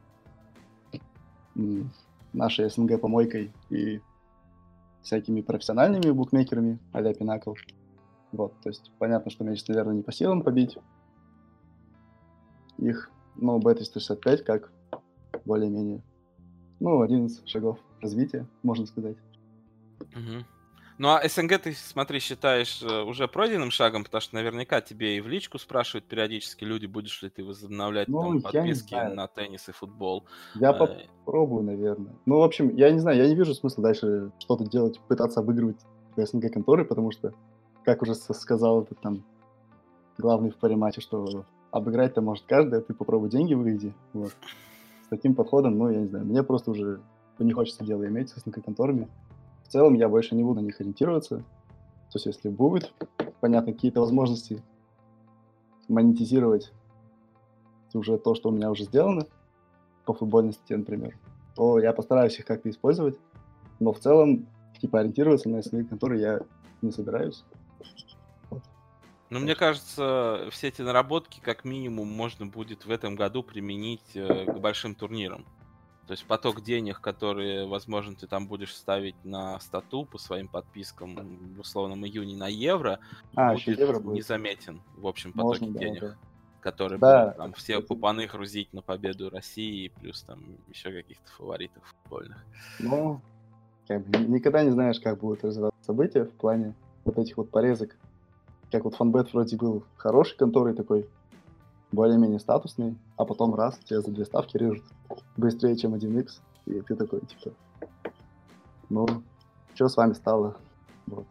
м, нашей эс эн гэ-помойкой и всякими профессиональными букмекерами а-ля Pinnacle. Вот, то есть понятно, что мне сейчас, наверное, не по силам побить их, но би триста шестьдесят пять как более-менее, ну, один из шагов развития, можно сказать. Мгм. Ну, а эс эн гэ ты, смотри, считаешь э, уже пройденным шагом, потому что наверняка тебе и в личку спрашивают периодически люди, будешь ли ты возобновлять Ну, там я не подписки знаю, на теннис и футбол. я Э, попробую, наверное. Ну, в общем, я не знаю, я не вижу смысла дальше что-то делать, пытаться обыгрывать эс эн гэ-конторы, потому что, как уже с- сказал этот там главный в паре-матче, что обыграть-то может каждый, а ты попробуй деньги выведи. Вот. С таким подходом, ну, я не знаю, мне просто уже не хочется дело иметь с эс эн гэ-конторами. В целом я больше не буду на них ориентироваться. То есть если будут, понятно, какие-то возможности монетизировать уже то, что у меня уже сделано по футбольной статье, например, то я постараюсь их как-то использовать. Но в целом, типа, ориентироваться на эс эн гэ-конторы я не собираюсь. Вот. Ну, Так мне что, кажется, все эти наработки как минимум можно будет в этом году применить э, к большим турнирам. То есть поток денег, которые, возможно, ты там будешь ставить на стату по своим подпискам в условном июне на евро, А, еще будет евро будет. незаметен в общем Можно, потоке да, денег, да. которые Да, будут там все это- купоны грузить на победу России, плюс там еще каких-то фаворитов футбольных. Ну, как бы ни- никогда не знаешь, как будут развиваться события в плане вот этих вот порезок. Как вот фанбет вроде был хорошей конторой такой, более-менее статусный, а потом раз, тебе за две ставки режут быстрее, чем один икс, и ты такой, типа, ну, что с вами стало? Вот.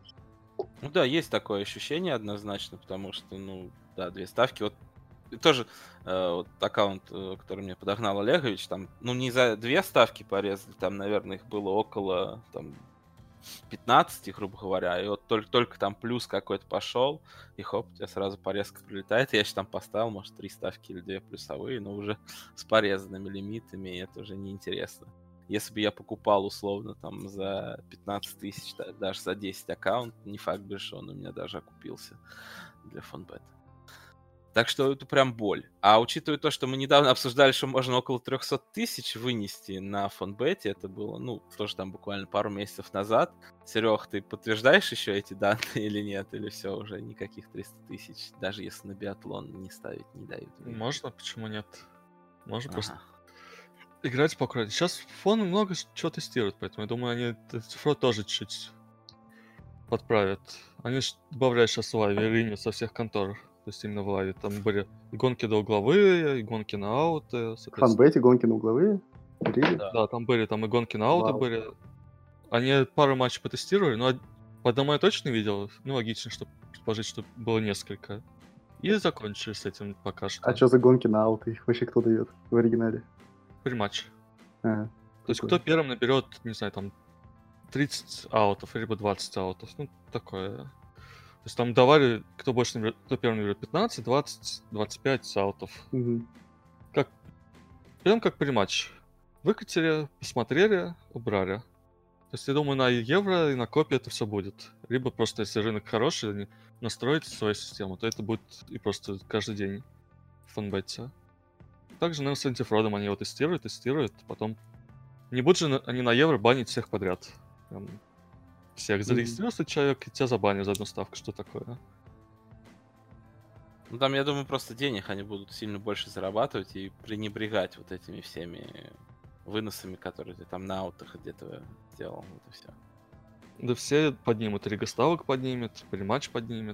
Ну да, есть такое ощущение однозначно, потому что, ну, да, две ставки. Вот и тоже э, вот аккаунт, э, который мне подогнал Олегович, там, ну, не за две ставки порезали, там, наверное, их было около, там, пятнадцать, грубо говоря, и вот только, только там плюс какой-то пошел, и хоп, у тебя сразу порезка прилетает. Я еще там поставил, может, три ставки или две плюсовые, но уже с порезанными лимитами, и это уже неинтересно. Если бы я покупал условно там за пятнадцать тысяч, да, даже за десять аккаунт, не факт бы, что он у меня даже окупился для фонбета. Так что это прям боль. А учитывая то, что мы недавно обсуждали, что можно около триста тысяч вынести на фонбете, это было, ну, тоже там буквально пару месяцев назад. Серег, ты подтверждаешь еще эти данные или нет? Или все, уже никаких триста тысяч, даже если на биатлон не ставить не дают? Можно, почему нет? Можно Ага. просто играть спокойно. Сейчас фон много чего тестируют, поэтому я думаю, они эту цифру тоже чуть подправят. Они ж добавляют сейчас в лайве линию со всех контор. То есть именно в лайве. Там были и гонки до угловые, и гонки на ауты. В соответственно. фанбете гонки на угловые? Рили? Да. Да, там были там и гонки на ауты Вау. были. Они пару матчей потестировали, но од- по одному я точно видел. Ну, логично, что предположить, что было несколько. И закончили с этим пока что. А что за гонки на ауты? Их вообще кто дает в оригинале? При-матч. А, То есть прикольно. кто первым наберет, не знаю, там тридцать аутов, либо двадцать аутов. Ну, такое. То есть там давали, кто больше наберет, кто первым наберет пятнадцать, двадцать, двадцать пять аутов. Мгм. Как, прям как при-матч. Выкатили, посмотрели, убрали. То есть я думаю, на евро и на копе это все будет. Либо просто, если рынок хороший, они настроить свою систему, то это будет и просто каждый день в фанбете. Также, наверное, с антифродом они его тестируют, тестируют, потом... Не будут же на- они на евро банить всех подряд. Прям всех зарегистрировался человек, и тебя забанят за одну ставку. Что такое? Ну там, я думаю, просто денег они будут сильно больше зарабатывать и пренебрегать вот этими всеми выносами, которые ты там на аутах где-то сделал. Вот и все. Да все поднимут, Рига ставок поднимет, матч поднимет.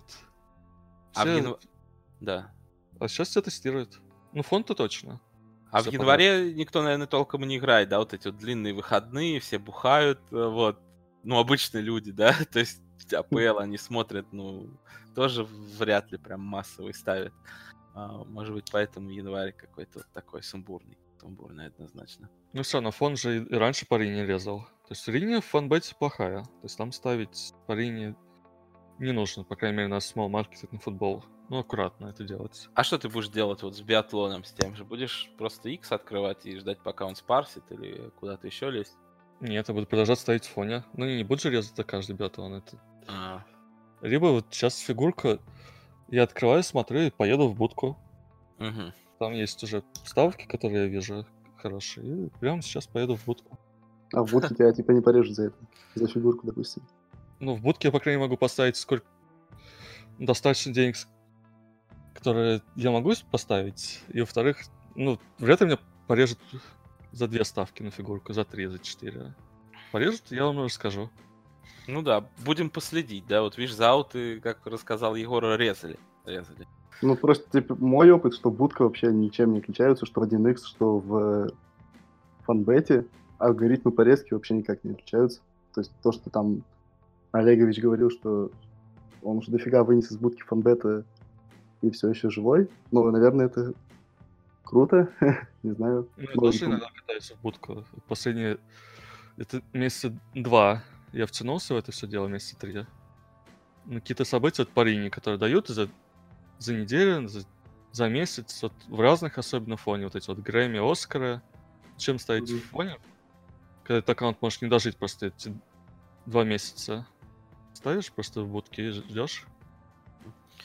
А в Все- январе... Да. а сейчас все тестируют. Ну, фонд-то точно. А Всё в январе никто, наверное, толком и не играет, да, вот эти вот длинные выходные, все бухают, э, вот, ну, обычные люди, да, то есть АПЛ они смотрят, ну, тоже вряд ли прям массовый ставят. А, может быть, поэтому январь какой-то вот такой сумбурный, сумбурный однозначно. Ну все, но фон же и и раньше по Рине резал. То есть Рине в фанбете плохая. То есть там ставить по Рине не нужно, по крайней мере, на small market на футбол. Ну, аккуратно это делать. А что ты будешь делать вот с биатлоном, с тем же? Будешь просто X открывать и ждать, пока он спарсит, или куда-то еще лезть? Нет, я буду продолжать ставить в фоне. Ну, не, не буду же резать за каждый биатлон. Это... А, Либо вот сейчас фигурка, я открываю, смотрю и поеду в будку. мгм. Там есть уже ставки, которые я вижу хорошие. И прямо сейчас поеду в будку. А в будке тебя типа не порежут за это. За фигурку, допустим. Ну, в будке я, по крайней мере, могу поставить сколько... достаточно денег, с- которые я могу с- поставить. И, во-вторых, ну, вряд ли меня порежут за две ставки на фигурку, за три, за четыре. Порежут, я вам расскажу. Ну да, будем последить, да, вот видишь, за ауты, как рассказал Егор, резали, резали. Ну, просто, типа, мой опыт, что будка вообще ничем не отличаются, что в один икс, что в фанбете алгоритмы порезки вообще никак не отличаются. То есть то, что там Олегович говорил, что он уже дофига вынес из будки фанбета и все еще живой. Ну, наверное, это круто. Не знаю. Ну, я Но тоже это- иногда катаюсь в будку. Последние... Это месяца два я втянулся в это все дело, месяца три. Ну, какие-то события от Парини, которые дают за, за неделю, за, за месяц, вот, в разных особенно фоне. Вот эти вот Грэмми, Оскары. Чем ставить Мгм. в фоне? Когда этот аккаунт может не дожить просто эти два месяца. Ставишь просто в будке и ждешь.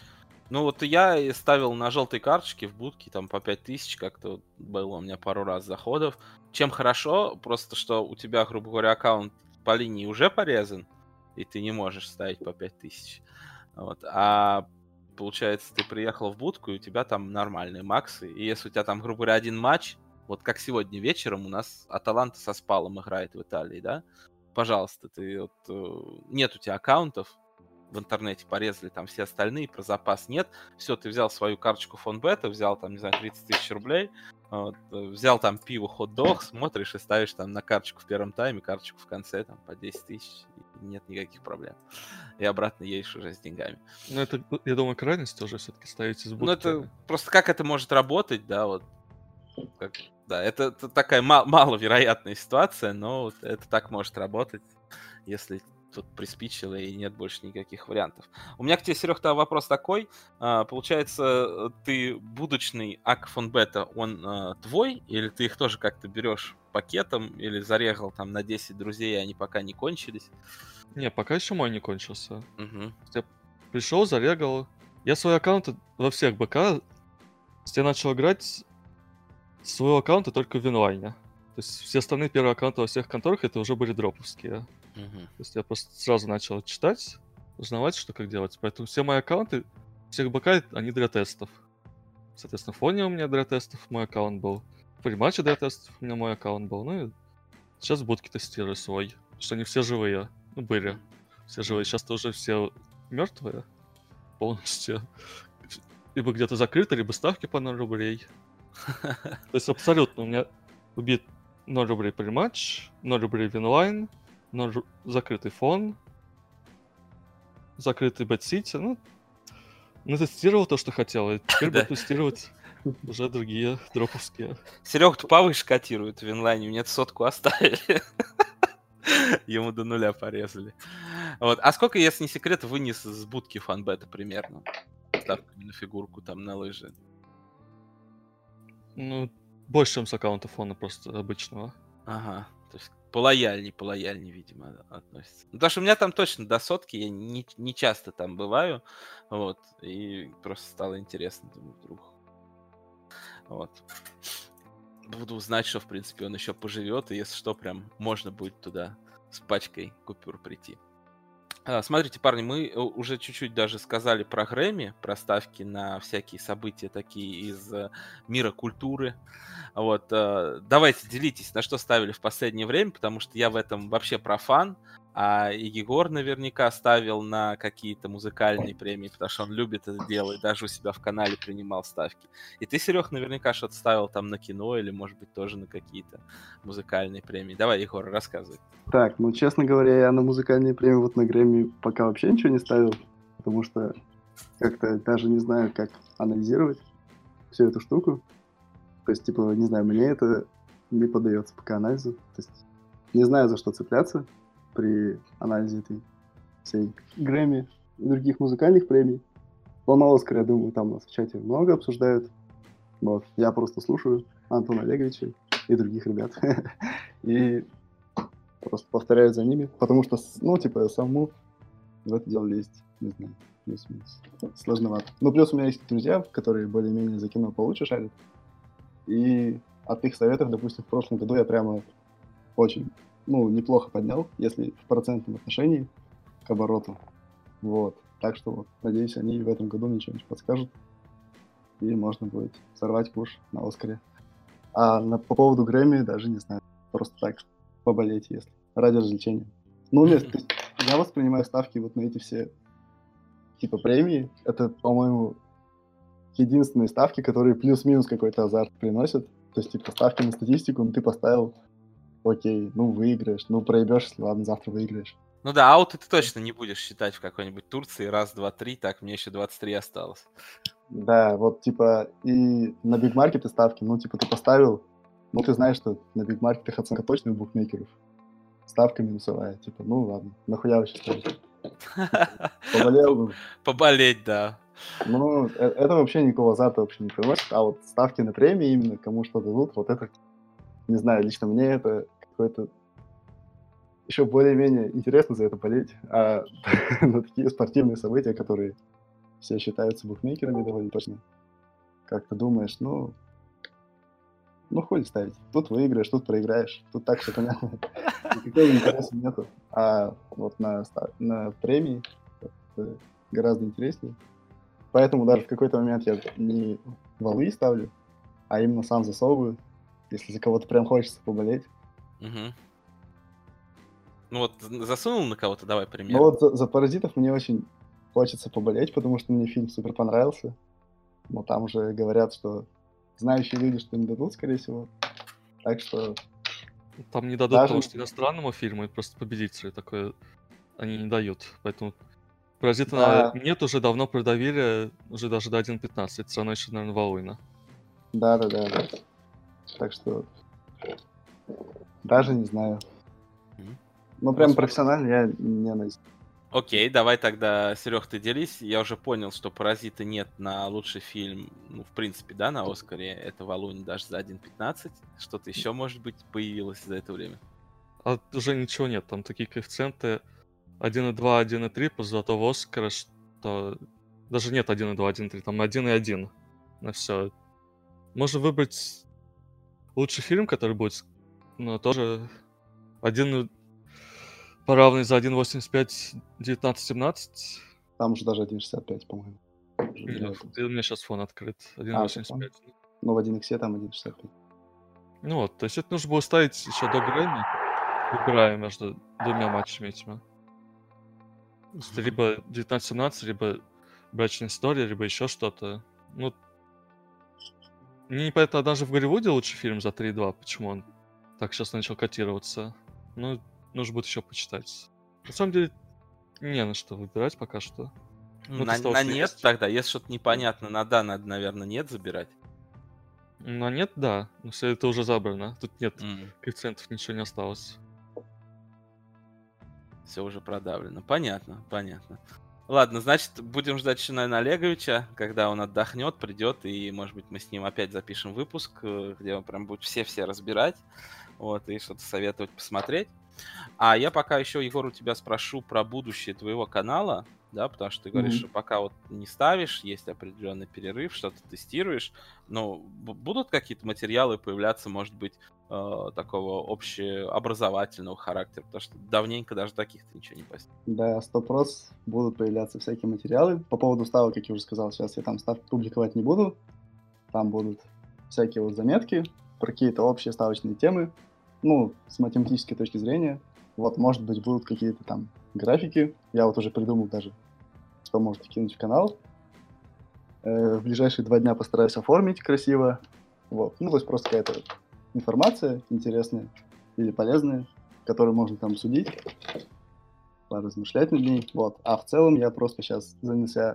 Ну вот я и ставил на желтые карточки в будке, там по пять тысяч, как-то вот было у меня пару раз заходов. Чем хорошо, просто что у тебя, грубо говоря, аккаунт по линии уже порезан, и ты не можешь ставить по пять тысяч. Вот. А получается, ты приехал в будку, и у тебя там нормальные максы. И если у тебя там, грубо говоря, один матч, вот как сегодня вечером у нас Аталанта со Спалом играет в Италии, да? Пожалуйста, ты вот, э, нет у тебя аккаунтов, в интернете порезали там все остальные, про запас нет. Все, ты взял свою карточку фонбета, взял там, не знаю, тридцать тысяч рублей, вот, э, взял там пиво, хот-дог, смотришь и ставишь там на карточку в первом тайме, карточку в конце там по десять тысяч, и нет никаких проблем. И обратно едешь уже с деньгами. Ну, это, я думаю, крайность тоже все-таки ставите с будки. Ну, это просто как это может работать, да, вот. Как, да, это, это такая ма- маловероятная ситуация, но вот это так может работать, если тут приспичило и нет больше никаких вариантов. У меня к тебе, Серег, тогда вопрос такой. А, получается, ты будочный ак фонбета, он а, твой, или ты их тоже как-то берешь пакетом, или зарегал там на десять друзей, и они пока не кончились? Не, пока еще мой не кончился. Угу. Я пришел, зарегал. Я свой аккаунт во всех БК, я начал играть с своего аккаунта только в инлайне. То есть все остальные первые аккаунты во всех конторах это уже были дроповские. Угу. То есть я просто сразу начал читать, узнавать, что как делать. Поэтому все мои аккаунты, всех БК, они для тестов. Соответственно, в фоне у меня для тестов мой аккаунт был. В приматче для тестов у меня мой аккаунт был. Ну и сейчас в будке тестирую свой. Потому что они все живые. Ну, были. Все живые. Сейчас-то уже все мертвые полностью. Либо где-то закрыты, либо ставки по ноль рублей. То есть абсолютно у меня убит ноль рублей приматч, ноль рублей в инлайн, ноль ру- закрытый фон, закрытый бэт-сити. Ну, натестировал то, что хотел, и теперь Да. буду тестировать уже другие дроповские. Серег тут повыше котирует в инлайне, мне сотку оставили. Ему до нуля порезали. Вот. А сколько, если не секрет, вынес с будки фанбета примерно? Ставками на фигурку, там, на лыжи. Ну, больше, чем с аккаунта фона просто обычного. Ага. То есть полояльней, полояльней, видимо, относится. Ну, потому что у меня там точно до сотки, я не, не часто там бываю. Вот. И просто стало интересно, думаю, вдруг. Вот. Буду знать, что, в принципе, он еще поживет, и если что, прям можно будет туда с пачкой купюр прийти. А, смотрите, парни, мы э, уже чуть-чуть даже сказали про Грэмми, про ставки на всякие события такие из э, мира культуры. Вот, э, давайте делитесь, на что ставили в последнее время, потому что я в этом вообще профан, а и Егор наверняка ставил на какие-то музыкальные премии, потому что он любит это дело и даже у себя в канале принимал ставки. И ты, Серег, наверняка что-то ставил там на кино или, может быть, тоже на какие-то музыкальные премии. Давай, Егор, рассказывай. Так, ну, честно говоря, я на музыкальные премии вот на Грэмми пока вообще ничего не ставил, потому что как-то даже не знаю, как анализировать всю эту штуку. То есть, типа, не знаю, мне это не поддается пока анализу. То есть, не знаю, за что цепляться при анализе этой всей Грэмми и других музыкальных премий. Но на Оскар, я думаю, там у нас в чате много обсуждают. Вот. Я просто слушаю Антона Олеговича и других ребят. И просто повторяю за ними, потому что, ну, типа, самому в это дело лезть, не знаю, плюс-минус. Сложновато. Ну, плюс у меня есть друзья, которые более-менее за кино получше шарят. И от их советов, допустим, в прошлом году я прямо очень, ну, неплохо поднял, если в процентном отношении к обороту. Вот. Так что, вот, надеюсь, они в этом году мне что-нибудь подскажут. И можно будет сорвать куш на Оскаре. А на, по поводу Грэмми даже не знаю. Просто так поболеть, если. Ради развлечения. Ну, нет, то есть я воспринимаю ставки вот на эти все типа премии. Это, по-моему, единственные ставки, которые плюс-минус какой-то азарт приносят. То есть, типа, ставки на статистику, ну, ты поставил, окей, ну, выиграешь. Ну, проебешь, если ладно, завтра выиграешь. Ну да, ауты ты точно не будешь считать в какой-нибудь Турции. Раз, два, три. Так, мне еще двадцать три осталось. Да, вот, типа, и на бигмаркеты ставки, ну, типа, ты поставил, ну, ты знаешь, что на бигмаркетах оценка точная у букмекеров. Ставка минусовая. Типа, ну, ладно, нахуя вообще ставить? Поболел бы. Поболеть, да. Ну, э- это вообще никакого азарта вообще не приносит. А вот ставки на премии именно, кому что дадут, вот это, не знаю, лично мне это какой-то еще более-менее интересно за это болеть. А на такие спортивные события, которые все считаются букмекерами довольно точно. Как ты думаешь, ну, ну хуй ставить. Тут выиграешь, тут проиграешь. Тут так все понятно. Никакого интереса нету. А вот на, ста- на премии это гораздо интереснее. Поэтому даже в какой-то момент я не валы ставлю, а именно сам засовываю, если за кого-то прям хочется поболеть. Мгм. Ну вот з- засунул на кого-то, давай Но пример. вот за, за «Паразитов» мне очень хочется поболеть, потому что мне фильм супер понравился. Но там уже говорят, что знающие люди, что не дадут, скорее всего. Так что Там не дадут, даже... потому что иностранному фильму и просто победителю такое они не дают. Поэтому «Паразита» Да, нет, уже давно продавили, уже даже до один пятнадцать. Это все равно еще, наверное, Валуйна. да, да, да, да. Так что даже не знаю. Мгм. Ну, Ну, прям смотри. профессионально я не на... Окей, давай тогда, Серег, ты делись. Я уже понял, что «Паразита» нет на лучший фильм, ну, в принципе, да, на Оскаре. Это «Валунь» даже за один пятнадцать. Что-то еще, может быть, появилось за это время? А уже ничего нет, там такие коэффициенты один и два, один и три по золотого Оскара, что... Даже нет один и два, один и три, там один и один на все. Можно выбрать лучший фильм, который будет, но тоже один по равной за один восемьдесят пять, девятнадцать семнадцать. Там уже даже один шестьдесят пять, по-моему. Уже Нет, было там. у меня сейчас фон открыт. один А, восемьдесят телефон. пять. Ну, в один икс там один шестьдесят пять. Ну вот, то есть это нужно было ставить еще до Грэмми, выбирая между двумя матчами этими. То есть Мгм. либо девятнадцать семнадцать, либо «Брачная история», либо еще что-то. Ну, мне непонятно, а даже в Голливуде лучший фильм за три и два, почему он так сейчас начал котироваться. Ну, нужно будет еще почитать. На самом деле, не на что выбирать пока что. Ну, На, это из того, на что нет есть. тогда, если что-то непонятно, на да, надо, наверное, нет забирать. Ну, а нет, да. Но все это уже забрано. Тут нет М, коэффициентов, ничего не осталось. все уже продавлено. Понятно, понятно. Ладно, значит, будем ждать еще, наверное, Олеговича, когда он отдохнет, придет, и, может быть, мы с ним опять запишем выпуск, э, где он прям будет все-все разбирать, вот, и что-то советовать посмотреть. А я пока еще, Егор, у тебя спрошу про будущее твоего канала, да, потому что ты говоришь, что Мгм. пока вот не ставишь, есть определенный перерыв, что-то тестируешь, но бу- будут какие-то материалы появляться, может быть, э, такого общеобразовательного характера, потому что давненько даже таких-то ничего не постил. Да, сто процентов будут появляться всякие материалы. По поводу ставок, как я уже сказал, сейчас я там ставки публиковать не буду. Там будут всякие вот заметки про какие-то общие ставочные темы, ну, с математической точки зрения. Вот, может быть, будут какие-то там графики. Я вот уже придумал даже, что можете кинуть в канал. Э, в ближайшие два дня постараюсь оформить красиво. Вот, ну, то есть просто какая-то информация интересная или полезная, которую можно там судить, поразмышлять над ней. Вот. А в целом я просто сейчас занялся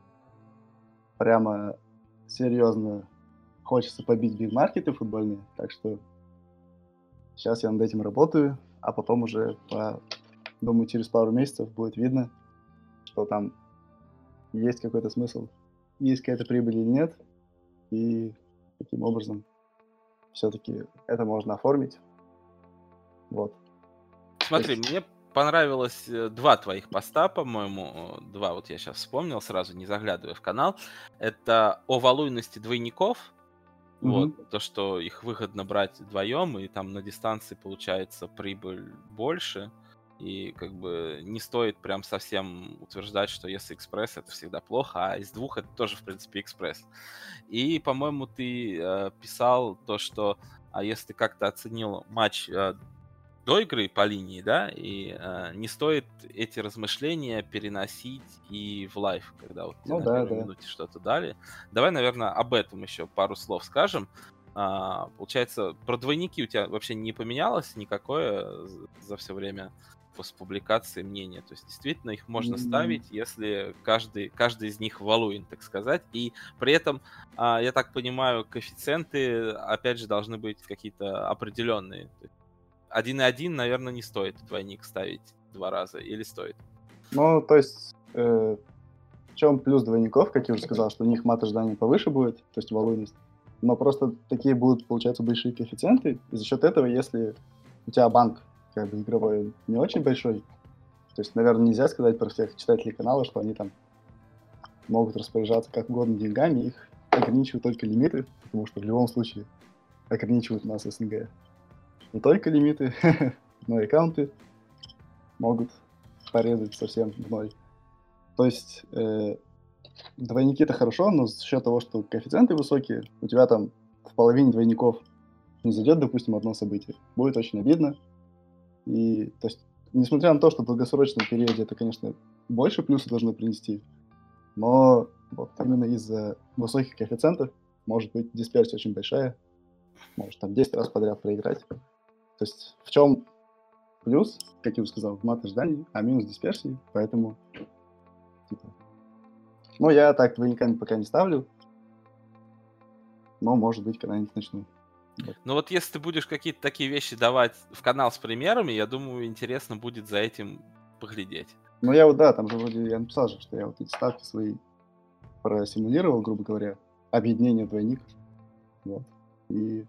прямо серьезно. Хочется побить бигмаркеты футбольные, так что сейчас я над этим работаю, а потом уже, по, думаю, через пару месяцев будет видно, что там есть какой-то смысл, есть какая-то прибыль или нет, и таким образом все-таки это можно оформить. Вот. То Смотри, есть, мне понравилось э, два твоих поста, по-моему, э, два вот я сейчас вспомнил сразу, не заглядывая в канал. Это о валуйности двойников, вот, мгм. то, что их выгодно брать вдвоем, и там на дистанции получается прибыль больше, и как бы не стоит прям совсем утверждать, что если экспресс это всегда плохо, а из двух это тоже, в принципе, экспресс. И, по-моему, ты э, писал то, что а если ты как-то оценил матч э, до игры по линии, да, и э, не стоит эти размышления переносить и в лайв, когда вот тебе Ну на да, первой да. минуте что-то дали. Давай, наверное, об этом еще пару слов скажем. А, получается, про двойники у тебя вообще не поменялось никакое з- за все время после публикации мнение. То есть действительно их можно М, ставить, если каждый, каждый из них валуин, так сказать. И при этом, а, я так понимаю, коэффициенты, опять же, должны быть какие-то определенные. То есть один и один, наверное, не стоит двойник ставить два раза. Или стоит? Ну, то есть, э, в чем плюс двойников, как я уже сказал, что у них мат ожидания повыше будет, то есть валуйность. Но просто такие будут, получаться, большие коэффициенты. И за счет этого, если у тебя банк как бы игровой не очень большой, то есть, наверное, нельзя сказать про всех читателей канала, что они там могут распоряжаться как угодно деньгами, их ограничивают только лимиты, потому что в любом случае ограничивают нас СНГ. Не только лимиты, но и аккаунты могут порезать совсем в ноль. То есть э, двойники это хорошо, но за счет того, что коэффициенты высокие, у тебя там в половине двойников не зайдет, допустим, одно событие. Будет очень обидно. И, то есть, несмотря на то, что в долгосрочном периоде это, конечно, больше плюсов должно принести, но вот именно из-за высоких коэффициентов может быть дисперсия очень большая, может там десять раз подряд проиграть. То есть в чем плюс, как я уже сказал, в мат ожиданий, а минус дисперсии, поэтому типа, ну, я так двойниками пока не ставлю, но, может быть, когда-нибудь начну. Вот. Ну вот если ты будешь какие-то такие вещи давать в канал с примерами, я думаю, интересно будет за этим поглядеть. Ну, я вот, да, там же вроде я написал же, что я вот эти ставки свои просимулировал, грубо говоря, объединение двойник. Вот. И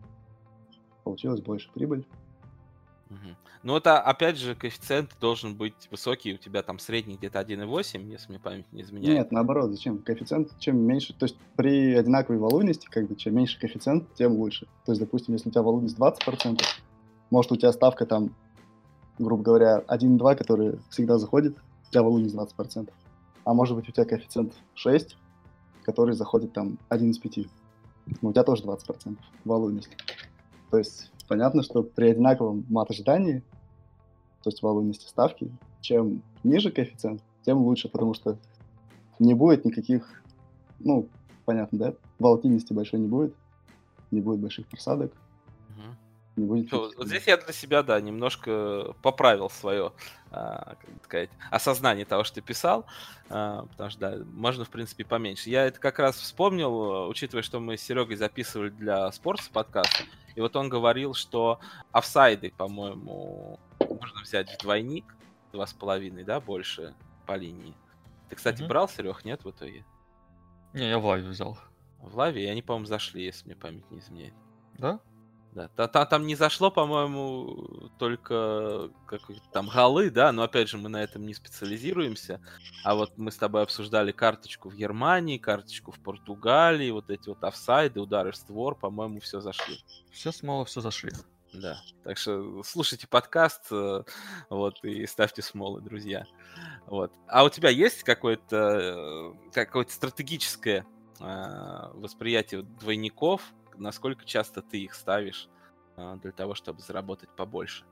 получилось больше прибыль. Угу. Ну это, опять же, коэффициент должен быть высокий, у тебя там средний где-то один и восемь, если мне память не изменяет. Нет, наоборот, зачем? Коэффициент, чем меньше, то есть при одинаковой валуйности, как бы, чем меньше коэффициент, тем лучше. То есть, допустим, если у тебя валуйность двадцать процентов, может, у тебя ставка там, грубо говоря, один и два, который всегда заходит, у тебя валуйность двадцать процентов. А может быть, у тебя коэффициент шесть, который заходит там один из пяти. Но у тебя тоже двадцать процентов валуйность. То есть понятно, что при одинаковом мат-ожидании, то есть валуйности ставки, чем ниже коэффициент, тем лучше, потому что не будет никаких, ну, понятно, да, волатильности большой не будет, не будет больших просадок, угу. не будет... Всё, вот здесь я для себя, да, немножко поправил свое, а, как сказать, осознание того, что ты писал, а, потому что, да, можно, в принципе, поменьше. Я это как раз вспомнил, учитывая, что мы с Серегой записывали для Спортс подкаст, и вот он говорил, что офсайды, по-моему, можно взять в двойник, два с половиной, да, больше по линии. Ты, кстати, Мгм. брал, Серег, нет, в итоге? Не, я в лайве взял. В лаве, и они, по-моему, зашли, если мне память не изменяет. Да? Да, та- та- там не зашло, по-моему, только какие-то там голы, да, но опять же мы на этом не специализируемся. А вот мы с тобой обсуждали карточку в Германии, карточку в Португалии, вот эти вот офсайды, удары в створ, по-моему, все зашли. Все смоло, все зашли. Да, так что слушайте подкаст, э, вот, и ставьте смолы, друзья. Вот. А у тебя есть какое-то э, какое-то стратегическое э, восприятие двойников? Насколько часто ты их ставишь э, для того, чтобы заработать побольше?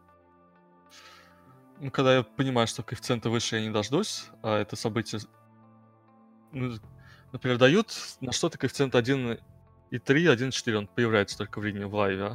Ну, когда я понимаю, что коэффициенты выше я не дождусь, а это событие, ну, например, дают на что-то коэффициент один и три, один и четыре, он появляется только в линии в лайве.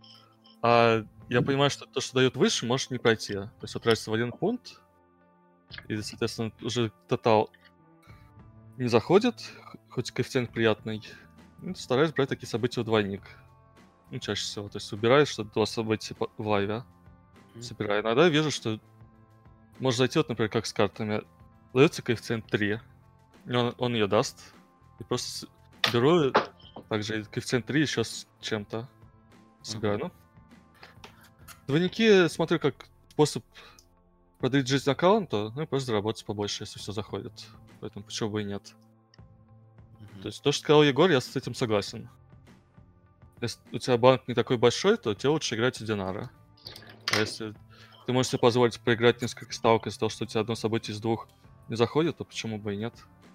А я понимаю, что то, что дают выше, может не пройти. То есть вот разница в один пункт, и, соответственно, уже тотал не заходит, х- хоть коэффициент приятный. Ну, стараюсь брать такие события в двойник. Ну, чаще всего. То есть убираешь, что два события по- в лайве. Мгм. Собираю. Иногда вижу, что может зайти, вот, например, как с картами. Дается коэффициент три. И он, он ее даст. И просто с- беру также и коэффициент три еще с чем-то. Собираю. Мгм. Ну, двойники смотрю как способ продлить жизнь аккаунта, ну и просто заработать побольше, если все заходит. Поэтому почему бы и нет. Мгм. То есть то, что сказал Егор, я с этим согласен. Если у тебя банк не такой большой, то тебе лучше играть в динара. А если ты можешь себе позволить поиграть несколько ставок из-за того, что у тебя одно событие из двух не заходит, то почему бы и нет?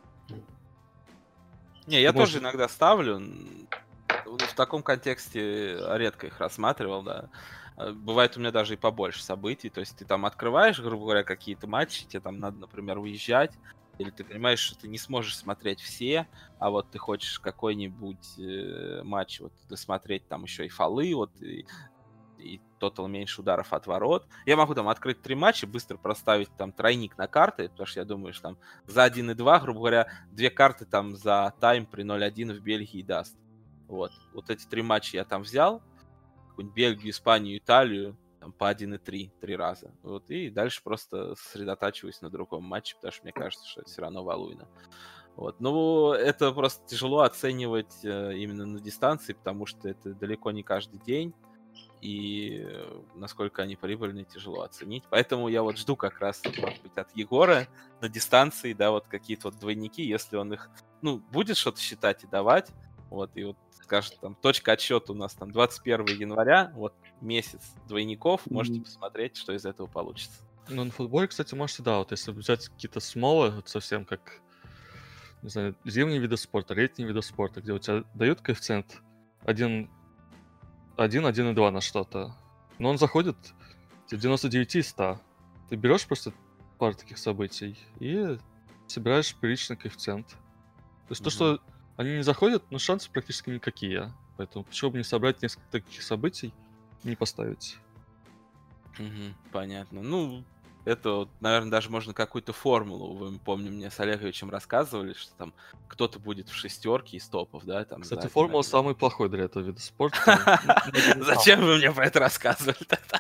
Не, я Ты тоже можешь... иногда ставлю. н- вот В таком контексте редко их рассматривал, да. Э, Бывает у меня даже и побольше событий. То есть ты там открываешь, грубо говоря, какие-то матчи, тебе там надо, например, уезжать, или ты понимаешь, что ты не сможешь смотреть все, а вот ты хочешь какой-нибудь э, матч вот досмотреть, там еще и фолы, вот и, и тотал меньше ударов от ворот. Я могу там открыть три матча, быстро проставить там тройник на карты, потому что я думаю, что там за один и два, грубо говоря, две карты там за тайм при ноль один в Бельгии даст. Вот. Вот эти три матча я там взял, какую-нибудь Бельгию, Испанию, Италию, там по один и три, три раза. Вот, и дальше просто сосредотачиваюсь на другом матче, потому что мне кажется, что это все равно валуйно. Вот. Ну, это просто тяжело оценивать э, именно на дистанции, потому что это далеко не каждый день. и э, насколько они прибыльны, тяжело оценить. Поэтому я вот жду как раз, может быть, от Егора на дистанции, да, вот какие-то вот двойники, если он их, ну, будет что-то считать и давать, вот, и вот скажет, там, точка отсчета у нас там двадцать первого января, вот, месяц двойников, можете Мгм. посмотреть, что из этого получится. Ну, на футболе, кстати, можете, да, вот если взять какие-то смолы, вот совсем как, не знаю, зимние виды спорта, летние виды спорта, где у тебя дают коэффициент один, один, один и два на что-то, но он заходит тебе девяносто девять из ста. Ты берешь просто пару таких событий и собираешь приличный коэффициент. То есть то, Мгм. что они не заходят, ну, шансы практически никакие. Поэтому почему бы не собрать несколько таких событий и не поставить? Мгм, понятно. Ну, это, вот, наверное, даже можно какую-то формулу. Вы, помню, мне с Олеговичем рассказывали, что там кто-то будет в шестерке из топов, да, там за Кстати, один формула один. самый плохой для этого вида спорта. Ну, ну, один из Зачем самых. вы мне про это рассказывали тогда?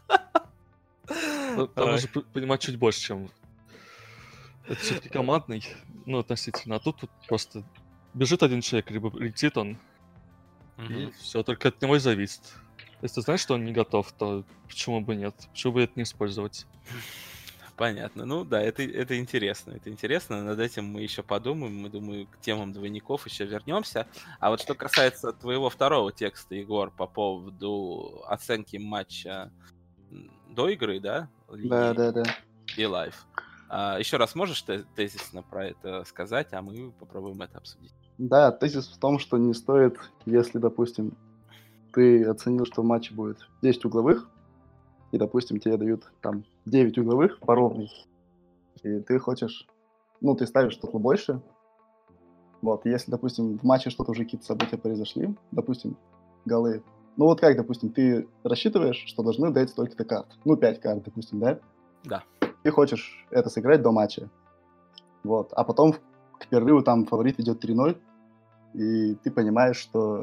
Ну, Там Ой. нужно п- понимать чуть больше, чем... Это все-таки командный, ну, относительно. А тут, тут просто бежит один человек, либо летит он, и Мгм. все, только от него и зависит. Если ты знаешь, что он не готов, то почему бы нет? Почему бы это не использовать? Понятно. Ну да, это, это интересно. Это интересно. Над этим мы еще подумаем. Мы, думаю, к темам двойников еще вернемся. А вот что касается твоего второго текста, Егор, по поводу оценки матча м, до игры, да, Да, и, да, да. и лайв. А, еще раз можешь те- тезисно про это сказать, а мы попробуем это обсудить. Да, тезис в том, что не стоит, если, допустим, ты оценил, что в матче будет десять угловых, и, допустим, тебе дают там девять угловых по ровной, и ты хочешь, ну, ты ставишь что-то больше. Вот, если, допустим, в матче что-то уже какие-то события произошли, допустим, голы. Ну, вот как, допустим, ты рассчитываешь, что должны дать столько-то карт. Ну, пять карт, допустим, да? Да. Ты хочешь это сыграть до матча. Вот, а потом в- к перерыву там фаворит идет три ноль, и ты понимаешь, что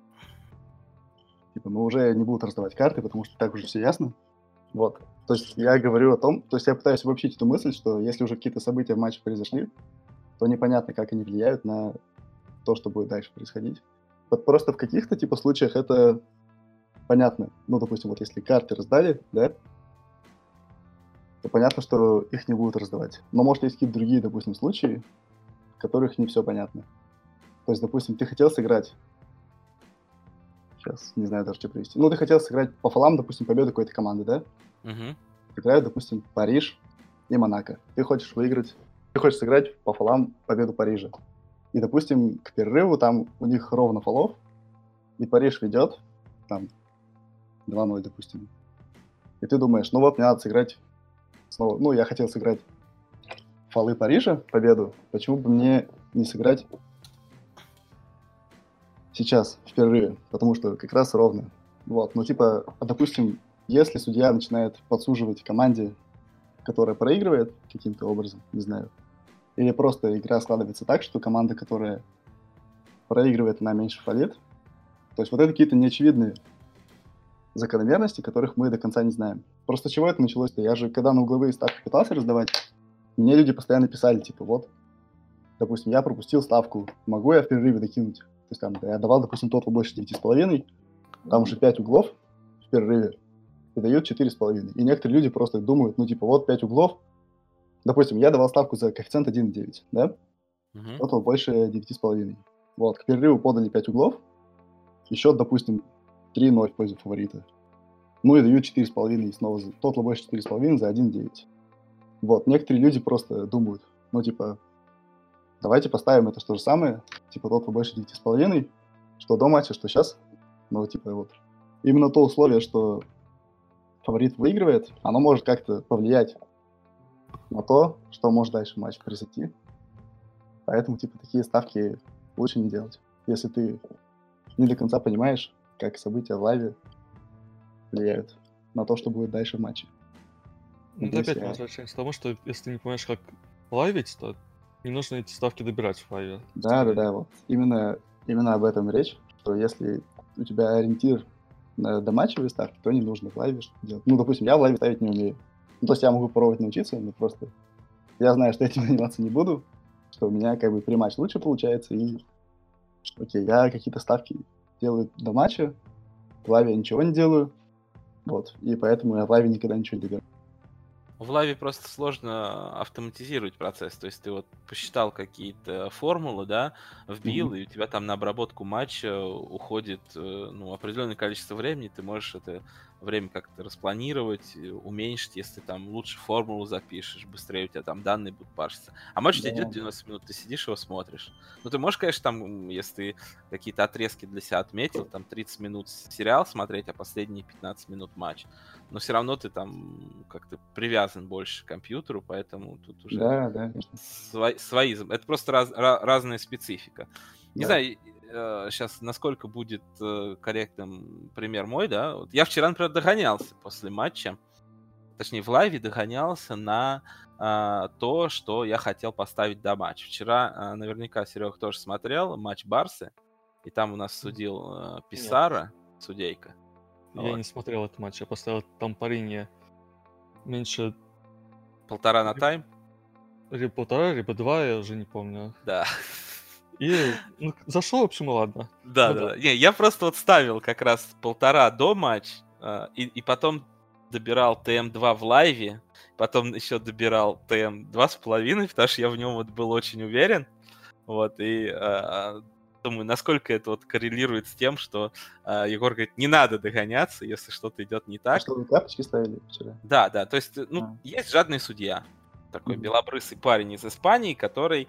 типа, ну, уже не будут раздавать карты, потому что так уже все ясно. Вот. То есть я говорю о том, то есть я пытаюсь обобщить эту мысль, что если уже какие-то события в матче произошли, то непонятно, как они влияют на то, что будет дальше происходить. Вот просто в каких-то типа случаях это понятно. Ну, допустим, вот если карты раздали, да, то понятно, что их не будут раздавать. Но, может, есть какие-то другие, допустим, случаи, в которых не все понятно. То есть, допустим, ты хотел сыграть... Сейчас не знаю даже, что привести. Ну, ты хотел сыграть по фолам, допустим, победу какой-то команды, да? Мгм. Играют, допустим, Париж и Монако. Ты хочешь выиграть, ты хочешь сыграть по фолам победу Парижа. И, допустим, к перерыву там у них ровно фолов, и Париж ведет, там, два ноль, допустим. И ты думаешь, ну вот, мне надо сыграть снова. Ну, я хотел сыграть фолы Парижа, победу. Почему бы мне не сыграть сейчас, в перерыве? Потому что как раз ровно. Вот, ну, типа, а, допустим, если судья начинает подсуживать команде, которая проигрывает каким-то образом, не знаю, или просто игра складывается так, что команда, которая проигрывает, она меньше фалит. То есть вот это какие-то неочевидные закономерности, которых мы до конца не знаем. Просто с чего это началось-то? Я же, когда на угловые ставки пытался раздавать, мне люди постоянно писали, типа, вот, допустим, я пропустил ставку, могу я в перерыве докинуть? То есть там я давал, допустим, тотал больше девяти с половиной, там уже пять углов в перерыве и дают четыре с половиной. И некоторые люди просто думают, ну, типа, вот пять углов, допустим, я давал ставку за коэффициент один и девять, да? Мгм. Тотал больше девяти с половиной. Вот, к перерыву подали пять углов, и счет, допустим, три ноль в пользу фаворита. Ну и дают четыре с половиной, и снова за- тотал больше четыре с половиной за один и девять. Вот, некоторые люди просто думают, ну, типа, давайте поставим это то же самое, типа, тотал больше девяти с половиной, что до матча, что сейчас. Ну, типа, вот. Именно то условие, что фаворит выигрывает, оно может как-то повлиять на то, что может дальше матч произойти. Поэтому, типа, такие ставки лучше не делать. Если ты не до конца понимаешь, как события в лайве влияют на то, что будет дальше в матче. Ну, это Надеюсь, опять мы я... возвращаемся к тому, что если ты не понимаешь, как лайвить, то не нужно эти ставки добирать в лайве. Да, да, скорее. да, вот. Именно, именно об этом речь, что если у тебя ориентир на доматчевые ставки, то не нужно в лайве что-то делать. Ну, допустим, я в лайве ставить не умею. Ну, то есть я могу пробовать научиться, но просто я знаю, что этим заниматься не буду, что у меня как бы при-матч лучше получается, и окей, я какие-то ставки делаю до матча, В лайве я ничего не делаю, вот, и поэтому я в лайве никогда ничего не делаю. В лайве просто сложно автоматизировать процесс. То есть ты вот посчитал какие-то формулы, да, вбил, Мгм. и у тебя там на обработку матча уходит э, ну, определенное количество времени. Ты можешь это время как-то распланировать, э, уменьшить, если там лучше формулу запишешь, быстрее у тебя там данные будут парситься. А матч у тебя Да, идет да. девяносто минут, ты сидишь его смотришь. Ну, ты можешь, конечно, там, м, если ты какие-то отрезки для себя отметил, там тридцать минут сериал смотреть, а последние пятнадцать минут матч. Но все равно ты там как-то привязан больше к компьютеру, поэтому тут уже Да, да, конечно. свои, свои зам- это просто раз- ра- разная специфика. Не Да. знаю, сейчас насколько будет э, корректным пример мой, да. Вот я вчера, например, догонялся после матча, точнее в лайве догонялся на а, то, что я хотел поставить до матча. Вчера а, наверняка Серега тоже смотрел матч Барсы, и там у нас судил э, Нет, Писара, судейка. я Вот. не смотрел этот матч. Я поставил там по линии меньше Полтора на либо тайм. либо полтора, либо два, я уже не помню. Да. И ну, зашел, в общем, и ладно. Да, Ну да, да. да. Не, я просто вот ставил как раз полтора до матч, а, и, и потом добирал тэ эм два в лайве, потом еще добирал тэ эм два с половиной, потому что я в нем вот был очень уверен. Вот, и а, а, думаю, насколько это вот коррелирует с тем, что а, Егор говорит, не надо догоняться, если что-то идет не А так. что, вы карточки ставили вчера? Да, да, то есть, ну, А. есть жадный судья, такой Мгм. белобрысый парень из Испании, который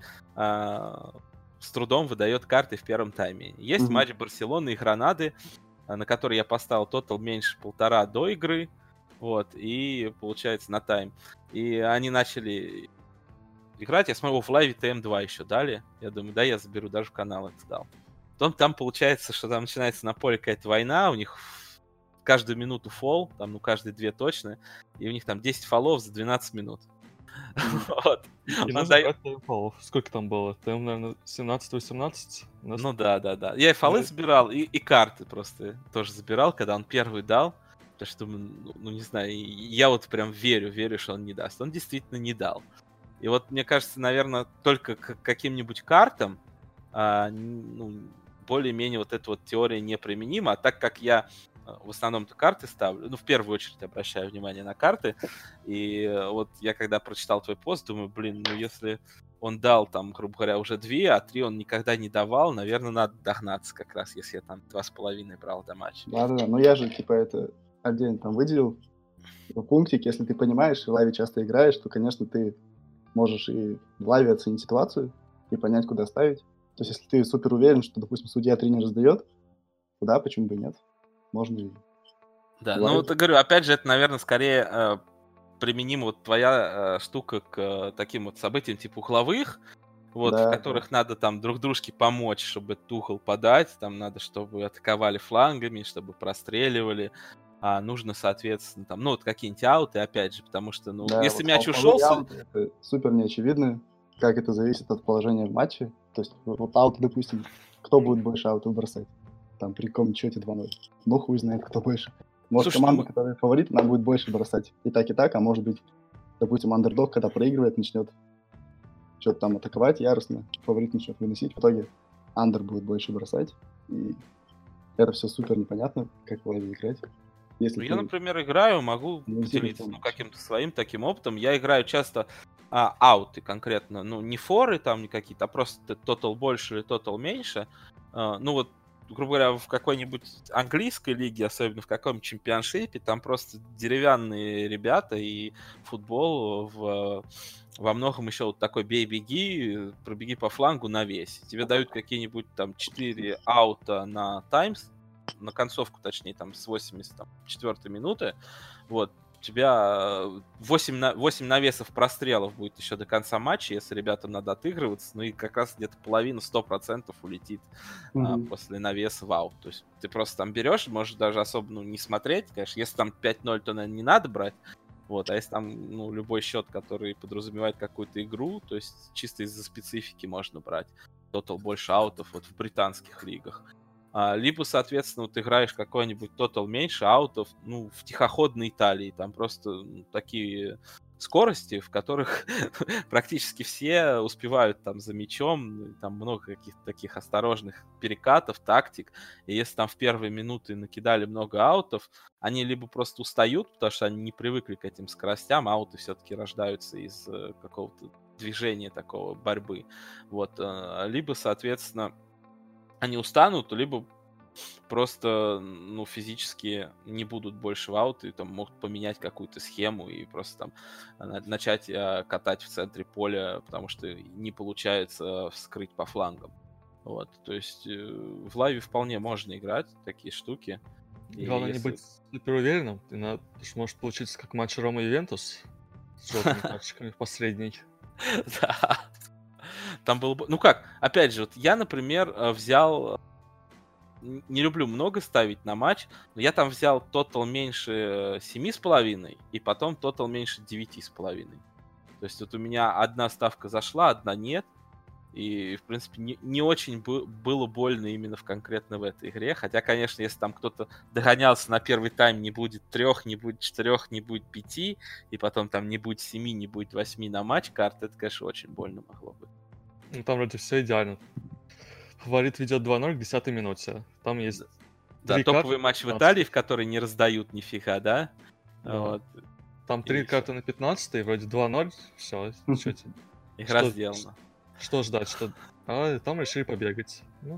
а, с трудом выдает карты в первом тайме. Есть Мгм. матч Барселоны и Гранады, а, на который я поставил тотал меньше полтора до игры, вот, и получается на тайм. И они начали играть, я смотрю, в лайве тэ эм два еще дали, я думаю, да, я заберу, даже в канал это сдал. Потом там получается, что там начинается на поле какая-то война, у них каждую минуту фол, там, ну, каждые две точно, и у них там десять фолов за двенадцать минут. Мгм. Вот. И, и Он нужно дает- брать таймфолов. Сколько там было? Там, наверное, семнадцать-восемнадцать. У нас- Ну да, да, да. Я и фолы Да. забирал, и, и карты просто тоже забирал, когда он первый дал. Потому что, ну, ну, не знаю, и- и я вот прям верю, верю, что он не даст. Он действительно не дал. И вот, мне кажется, наверное, только к каким-нибудь картам а, н- ну, более-менее вот эта вот теория неприменима. А так как я а, в основном-то карты ставлю, ну, в первую очередь обращаю внимание на карты, и э, вот я когда прочитал твой пост, думаю, блин, ну, если он дал там, грубо говоря, уже две, а три он никогда не давал, наверное, надо догнаться как раз, если я там два с половиной брал до матча. Да-да-да, но я же, типа, это отдельно там выделил. Типа, пунктик, если ты понимаешь, и в лайве часто играешь, то, конечно, ты можешь и в лайве оценить ситуацию и понять, куда ставить. То есть, если ты супер уверен, что, допустим, судья три не раздает, то да, почему бы и нет? Можно и Да, в ну лайве. вот я говорю, опять же, это, наверное, скорее э, применима вот твоя э, штука к э, таким вот событиям типа угловых, вот, в Да, да. которых надо там друг дружке помочь, чтобы этот угол подать, там надо, чтобы атаковали флангами, чтобы простреливали, а нужно, соответственно, там, ну, вот какие-нибудь ауты, опять же, потому что, ну, Да, если вот мяч фоловые ушел, с- ауты — это супер неочевидно, как это зависит от положения в матче. То есть вот, вот ауты, допустим, кто будет больше аутов бросать? Там при каком счете два ноль. Ну, хуй знает, кто больше. Может, слушай, ну, команда, мы- которая фаворит, она будет больше бросать. И так, и так, а может быть, допустим, андердог, когда проигрывает, начнет что-то там атаковать яростно, фаворит начнет выносить, в итоге андер будет больше бросать. И это все супер непонятно, как в лайве играть. Если Ну, ты я, например, играю, могу анализируешь поделиться ну, матч. каким-то своим таким опытом. Я играю часто а, ауты конкретно, ну, не форы там не какие-то, а просто тотал больше или тотал меньше. А, ну, вот, грубо говоря, в какой-нибудь английской лиге, особенно в каком-нибудь чемпионшипе, там просто деревянные ребята, и футбол в, во многом еще вот такой бей-беги, пробеги по флангу на весь. Тебе дают какие-нибудь там четыре аута на таймс, на концовку, точнее, там, с восемьдесят четвёртой минуты, вот, у тебя восемь, на... восемь навесов прострелов будет еще до конца матча, если ребятам надо отыгрываться, ну и как раз где-то половина, сто процентов улетит а, Мгм. после навеса в аут. То есть ты просто там берешь, можешь даже особо ну, не смотреть, конечно, если там пять ноль, то, наверное, не надо брать, вот, а если там, ну, любой счет, который подразумевает какую-то игру, то есть чисто из-за специфики можно брать тотал больше аутов вот в британских лигах. А, либо, соответственно, вот играешь какой-нибудь тотал меньше аутов, ну, в тихоходной Италии, там просто ну, такие скорости, в которых практически все успевают там за мячом, там много каких-то таких осторожных перекатов, тактик, и если там в первые минуты накидали много аутов, они либо просто устают, потому что они не привыкли к этим скоростям, ауты все-таки рождаются из э, какого-то движения такого, борьбы, вот, э, либо, соответственно, они устанут, либо просто, ну, физически не будут больше в ауты, там могут поменять какую-то схему и просто там на- начать э, катать в центре поля, потому что не получается вскрыть по флангам. Вот, то есть э, в лайве вполне можно играть такие штуки. И Главное не если... быть супер уверенным, ты на... потому что может получиться как матч Рома Ювентус с желтыми карточками в последний. Да. Там было бы... Ну как, опять же, вот я, например, э, взял... н- Не люблю много ставить на матч, но я там взял тотал меньше семи с половиной и потом тотал меньше девяти с половиной. То есть вот у меня одна ставка зашла, одна нет. И, в принципе, не, не очень бы- было больно именно в, конкретно в этой игре. Хотя, конечно, если там кто-то догонялся на первый тайм, не будет трех, не будет четырех, не будет пяти, и потом там не будет семи, не будет восьми на матч карты, это, конечно, очень больно могло быть. Ну там вроде все идеально. Фаворит ведет два ноль к десятой минуте. Там есть Да, три топовый карты матч в на Италии, в который не раздают нифига, да? Да. Вот. Там И три всё. карты на пятнадцатой, вроде два ноль, все, что тебе? Игра Что- сделана. Что ждать, что... А там решили побегать. Ну,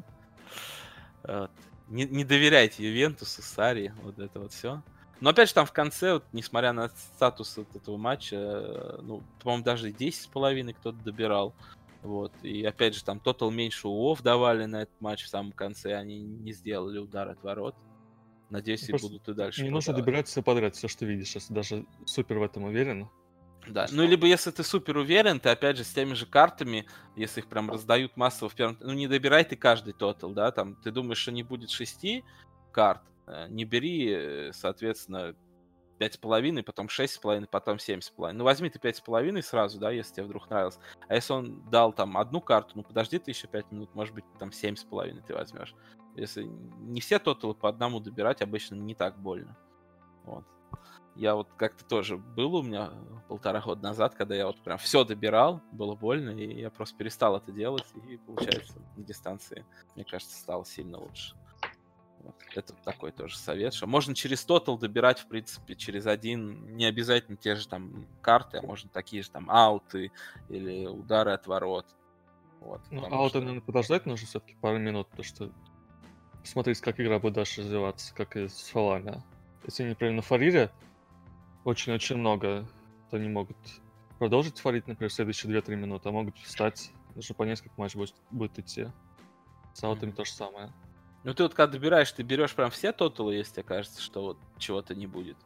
Вот. Не, не доверяйте Ювентусу, Сарри, вот это вот все. Но опять же, там в конце, вот, несмотря на статус вот этого матча, э, ну, по-моему, даже и десять с половиной кто-то добирал. Вот. И опять же, там тотал меньше у ОФ давали на этот матч в самом конце, они не сделали удар от ворот. Надеюсь, и просто будут и дальше не нужно продавать. добирать все подряд, все, что видишь, если даже супер в этом уверен. Да, Что? ну либо если ты супер уверен, ты опять же с теми же картами, если их прям раздают массово в первом... Ну не добирай ты каждый тотал, да, там ты думаешь, что не будет шести карт, э, не бери, э, соответственно, пять с половиной, потом шесть с половиной, потом семь с половиной. Ну возьми ты пять с половиной сразу, да, если тебе вдруг нравилось. А если он дал там одну карту, ну подожди ты еще пять минут, может быть там семь с половиной ты возьмешь. Если не все тоталы по одному добирать, обычно не так больно. Вот. Я вот как-то тоже был у меня полтора года назад, когда я вот прям все добирал, было больно, и я просто перестал это делать, и получается на дистанции, мне кажется, стало сильно лучше. Вот. Это такой тоже совет, что можно через тотал добирать, в принципе, через один, не обязательно те же там карты, а можно такие же там ауты или удары от ворот. Вот, Ну, потому а вот, что- наверное, подождать нужно все-таки пару минут, потому что посмотреть, как игра будет дальше развиваться, как и с фолами. Если они, например, на фарире очень-очень много, то они могут продолжить фарить, например, в следующие две-три минуты, а могут встать, даже по несколько матчей будет, будет идти. С аутами Мгм. то же самое. Ну ты вот когда добираешь, ты берешь прям все тоталы, если тебе кажется, что вот чего-то не будет.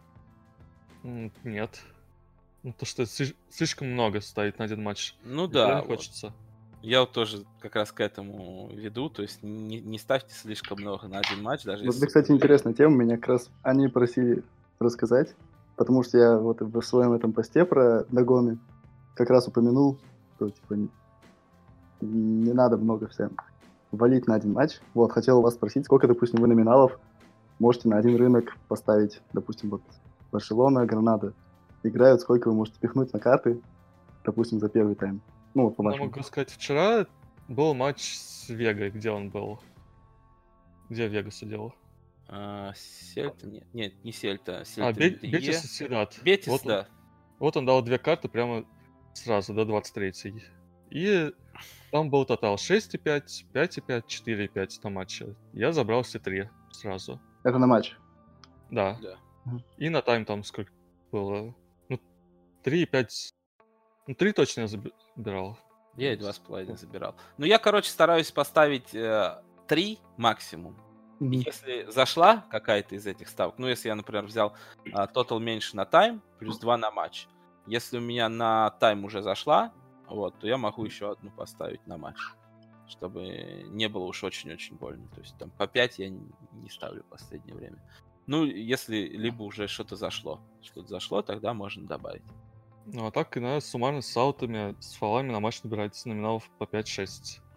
М, Нет. Ну, то, что слиш- слишком много стоит на один матч. Ну Никогда да, не вот. хочется. Я вот тоже как раз к этому веду, то есть не, не ставьте слишком много на один матч, даже Вот если... мне, кстати, интересная тема, меня как раз они просили рассказать, потому что я вот в своем этом посте про догоны как раз упомянул, что типа не, не надо много всем валить на один матч. Вот, хотел вас спросить, сколько, допустим, вы номиналов можете на один рынок поставить, допустим, вот Барселона, Гранада играют, сколько вы можете пихнуть на карты, допустим, за первый тайм. Ну, вот по Я вашему. могу сказать, вчера был матч с Вегой, где он был. Где Вега сидел? А, Сельта? Нет, нет, не Сельта. А, Сельта Бе- Вилье. Бетис и Сидат. Бетис, Вот он, да. вот он дал две карты прямо сразу, до двадцать третьей. И там был тотал шесть и пять, пять и пять, четыре и пять на матче. Я забрал все три сразу. Это на матч. Да. Да. И на тайм там сколько было? Ну, три и пять... Ну, три точно я заби- забирал. Я и два с половиной забирал. Ну, я, короче, стараюсь поставить э, три максимум. Мгм. Если зашла какая-то из этих ставок, ну, если я, например, взял а, тотал меньше на тайм, плюс два на матч. Если у меня на тайм уже зашла, вот, то я могу еще одну поставить на матч. Чтобы не было уж очень-очень больно. То есть там по пять я не не ставлю в последнее время. Ну, если либо уже что-то зашло. Что-то зашло, тогда можно добавить. Ну, а так, иногда суммарно с аутами, с фолами на матч набирается номиналов по пять-шесть.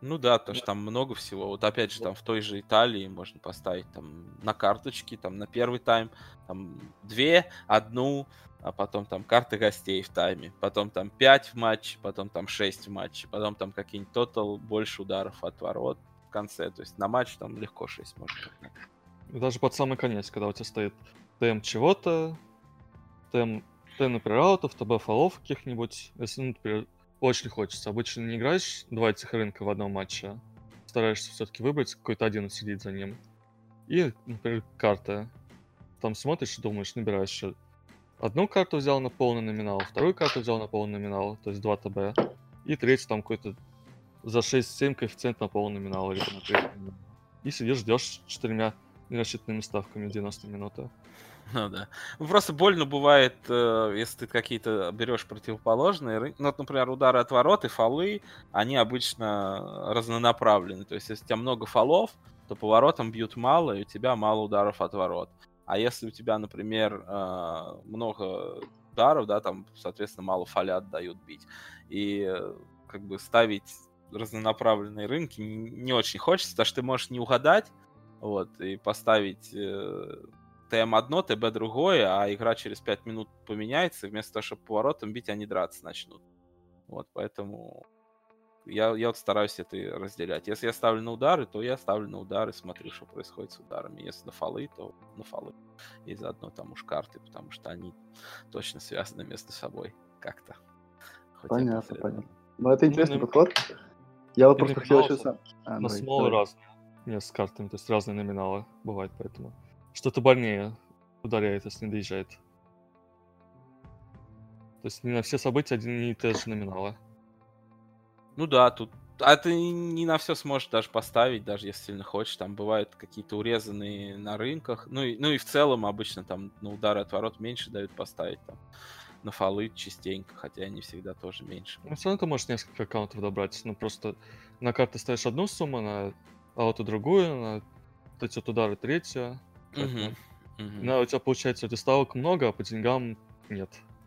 Ну да, потому что там много всего. Вот опять же, там в той же Италии можно поставить там на карточки, там на первый тайм, там две, одну, а потом там карты гостей в тайме, потом там пять в матче, потом там шесть в матче, потом там какие-нибудь тотал, больше ударов от ворот в конце. То есть на матч там легко шесть можно. И даже под самый конец, когда у тебя стоит ТМ чего-то, ТМ, ТМ, например, аутов, ТБ фолов каких-нибудь, если, ну, например, очень хочется. Обычно не играешь два этих рынка в одном матче, стараешься все-таки выбрать какой-то один и следить за ним. И, например, карта. Там смотришь и думаешь, набираешь еще. Одну карту взял на полный номинал, вторую карту взял на полный номинал, то есть два ТБ. И третью там какой-то за шесть-семь коэффициент на полный номинал или на третий номинал. И сидишь, ждешь четырьмя нерасчетными ставками девяносто минуты. Ну да. Ну, просто больно бывает, э, если ты какие-то берешь противоположные рынки. Ну, вот, например, удары от ворот и фолы, они обычно разнонаправлены. То есть, если у тебя много фолов, то по воротам бьют мало, и у тебя мало ударов от ворот. А если у тебя, например, э, много ударов, да, там, соответственно, мало фолят дают бить. И э, как бы ставить разнонаправленные рынки не, не очень хочется, потому что ты можешь не угадать, вот, и поставить... Э, ТМ одно, ТБ другое, а игра через пять минут поменяется, и вместо того, чтобы поворотом бить, они драться начнут. Вот, поэтому я, я вот стараюсь это разделять. Если я ставлю на удары, то я ставлю на удары, смотрю, что происходит с ударами. Если на фолы, то на фолы. И заодно там уж карты, потому что они точно связаны между собой как-то. Хоть понятно, понятно. Ну, это интересный ну, подход. Я вот просто хотел еще сам... А, на смолы разные. Нет, с картами, то есть разные номиналы бывают, поэтому... Что-то больнее ударяет, если не доезжает. То есть не на все события одни и те же номиналы. Ну да, тут... А ты не на все сможешь даже поставить, даже если сильно хочешь. Там бывают какие-то урезанные на рынках. Ну и, ну и в целом обычно там на удары от ворот меньше дают поставить. Там, на фолы частенько, хотя они всегда тоже меньше. Ну все равно ты можешь несколько аккаунтов добрать. Ну просто на карты ставишь одну сумму, на ауту другую, на вот эти вот удары третью. Uh-huh. Uh-huh. Ну, у тебя получается, эти ставок много, а по деньгам нет.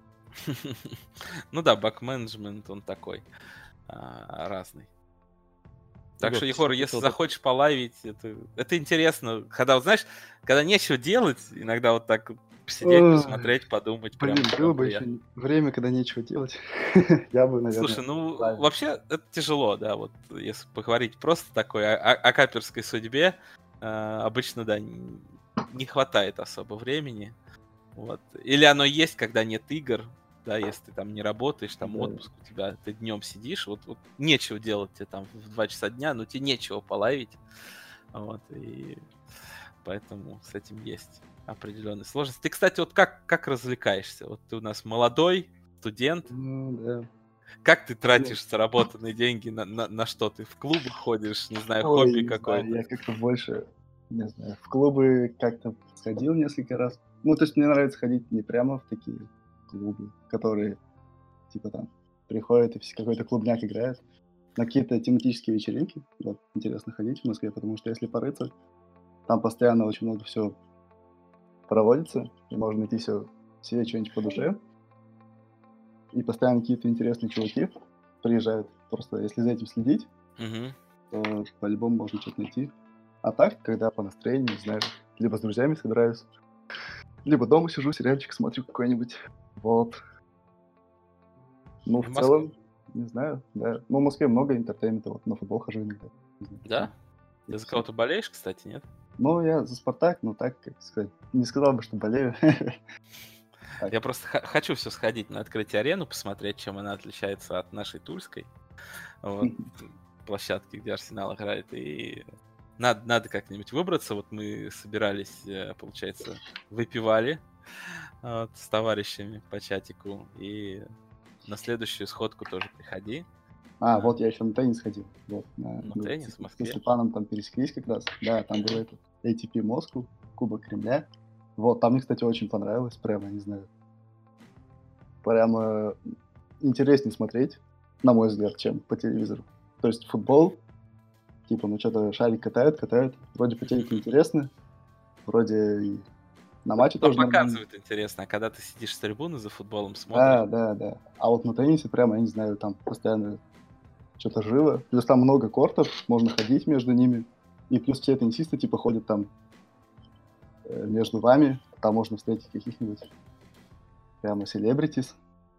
Ну да, бак-менеджмент, он такой а, разный. Так что, Егор, если захочешь полайвить, это, это интересно. Когда, вот знаешь, когда нечего делать, иногда вот так посидеть, посмотреть, подумать. Блин, было бы еще время, когда нечего делать. Я бы, наверное... Слушай, ну, вообще, это тяжело, да, вот, если поговорить просто такой о, о каперской судьбе, обычно, да, не хватает особо времени. Вот. Или оно есть, когда нет игр, да, если ты там не работаешь, там да. Отпуск у тебя, ты днем сидишь, вот, вот нечего делать тебе там в два часа дня, но тебе нечего половить. Вот, и поэтому с этим есть определенные сложности. Ты, кстати, вот как, как развлекаешься? Вот ты у нас молодой студент. Ну, да. Как ты тратишь заработанные деньги на, на, на что? Ты в клубы ходишь, не знаю, Ой, хобби не какое-то? Знаю, я как-то больше, не знаю, в клубы как-то сходил несколько раз. Ну, то есть мне нравится ходить не прямо в такие клубы, которые, типа, там, приходят и все какой-то клубняк играет. На какие-то тематические вечеринки. Вот, интересно ходить в Москве, потому что если порыться, там постоянно очень много всего проводится, и можно найти все, себе что-нибудь по душе. И постоянно какие-то интересные чуваки приезжают. Просто если за этим следить, uh-huh. то по-любому можно что-то найти. А так, когда по настроению, не знаю, либо с друзьями собираюсь, либо дома сижу, сериальчик смотрю какой-нибудь. Вот. Ну, в, в целом, не знаю, да. Ну, в Москве много интертеймента, вот на футбол хожу иногда. Да? Ты за кого-то болеешь, кстати, нет? Ну, я за Спартак, но так, как сказать, не сказал бы, что болею. Так. Я просто х- хочу все сходить на открытие арену, посмотреть, чем она отличается от нашей тульской вот, площадки, где Арсенал играет. И надо, надо как-нибудь выбраться. Вот мы собирались, получается, выпивали вот, с товарищами по чатику. И на следующую сходку тоже приходи. А, а, вот я еще на теннис ходил. Вот, на, на теннис в Москве? С Степаном там пересеклись как раз. Да, там был этот эй ти пи Москву, Кубок Кремля. Вот, там мне, кстати, очень понравилось, прямо, не знаю. Прямо интереснее смотреть, на мой взгляд, чем по телевизору. То есть футбол, типа, ну что-то шарик катают, катают. Вроде по телеку интересно, вроде и на матче там тоже показывают нормально. Интересно, а когда ты сидишь с трибуны за футболом, смотришь? Да, да, да. А вот на теннисе прямо, я не знаю, там постоянно что-то живо. Плюс там много кортов, можно ходить между ними. И плюс все теннисисты типа ходят там э, между вами. Там можно встретить каких-нибудь прямо селебритис.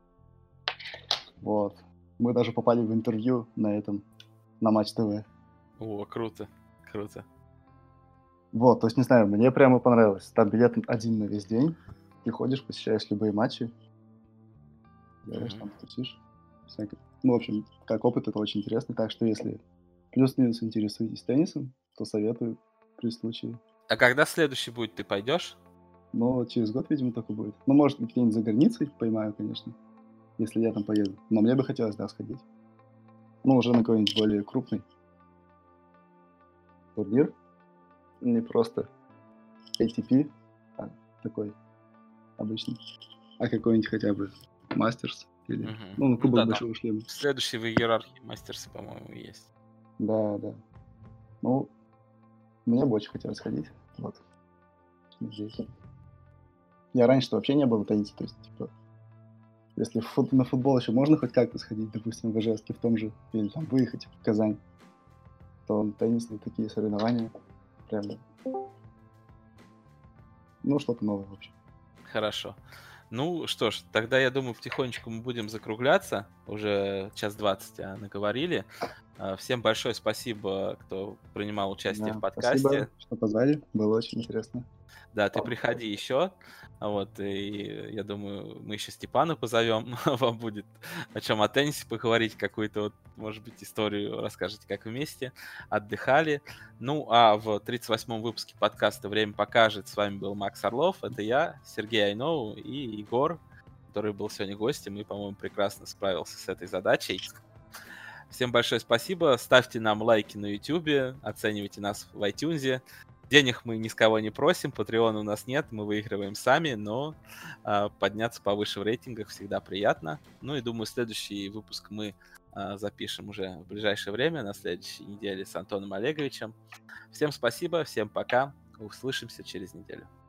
Вот. Мы даже попали в интервью на этом, на Матч ТВ. О, круто, круто. Вот, то есть, не знаю, мне прямо понравилось. Там билет один на весь день. Ты ходишь, посещаешь любые матчи. Делаешь Мгм. там, тусишь. Всякое. Ну, в общем, как опыт, это очень интересно. Так что, если плюс-минус интересуетесь теннисом, то советую при случае. А когда следующий будет, ты пойдешь? Но через год, видимо, только будет. Ну, может, где-нибудь за границей поймаю, конечно, если я там поеду. Но мне бы хотелось, да, сходить. Ну, уже на какой-нибудь более крупный турнир. Не просто эй ти пи, а такой обычный. А какой-нибудь хотя бы Мастерс или, Мгм. ну, на Ну Кубок да, там Большого Шлема. следующий в иерархии мастерса, по-моему, есть. Да, да. Ну, мне бы очень хотелось сходить. Вот. Здесь. Я раньше вообще не был в теннисе, то есть, типа, если в фут- на футбол еще можно хоть как-то сходить, допустим, в Ижевске в том же, или там выехать в Казань, то теннисные такие соревнования прям, ну, что-то новое вообще. Хорошо. Ну что ж, тогда я думаю, потихонечку мы будем закругляться. Уже час двадцать а, наговорили. А, Всем большое спасибо, кто принимал участие в Да, спасибо, подкасте. что позвали, было очень интересно. Да, ты приходи еще. Вот, и я думаю, мы еще Степана позовем. Вам будет о чем о теннисе поговорить, какую-то, вот, может быть, историю расскажете, как вместе отдыхали. Ну, а в тридцать восьмом выпуске подкаста «Время покажет» с вами был Макс Орлов, это я, Сергей Айноу и Егор, который был сегодня гостем и, по-моему, прекрасно справился с этой задачей. Всем большое спасибо. Ставьте нам лайки на YouTube, оценивайте нас в iTunes. Денег мы ни с кого не просим, Patreon у нас нет, мы выигрываем сами, но а, подняться повыше в рейтингах всегда приятно. Ну и думаю, следующий выпуск мы а, запишем уже в ближайшее время, на следующей неделе с Антоном Олеговичем. Всем спасибо, всем пока, услышимся через неделю.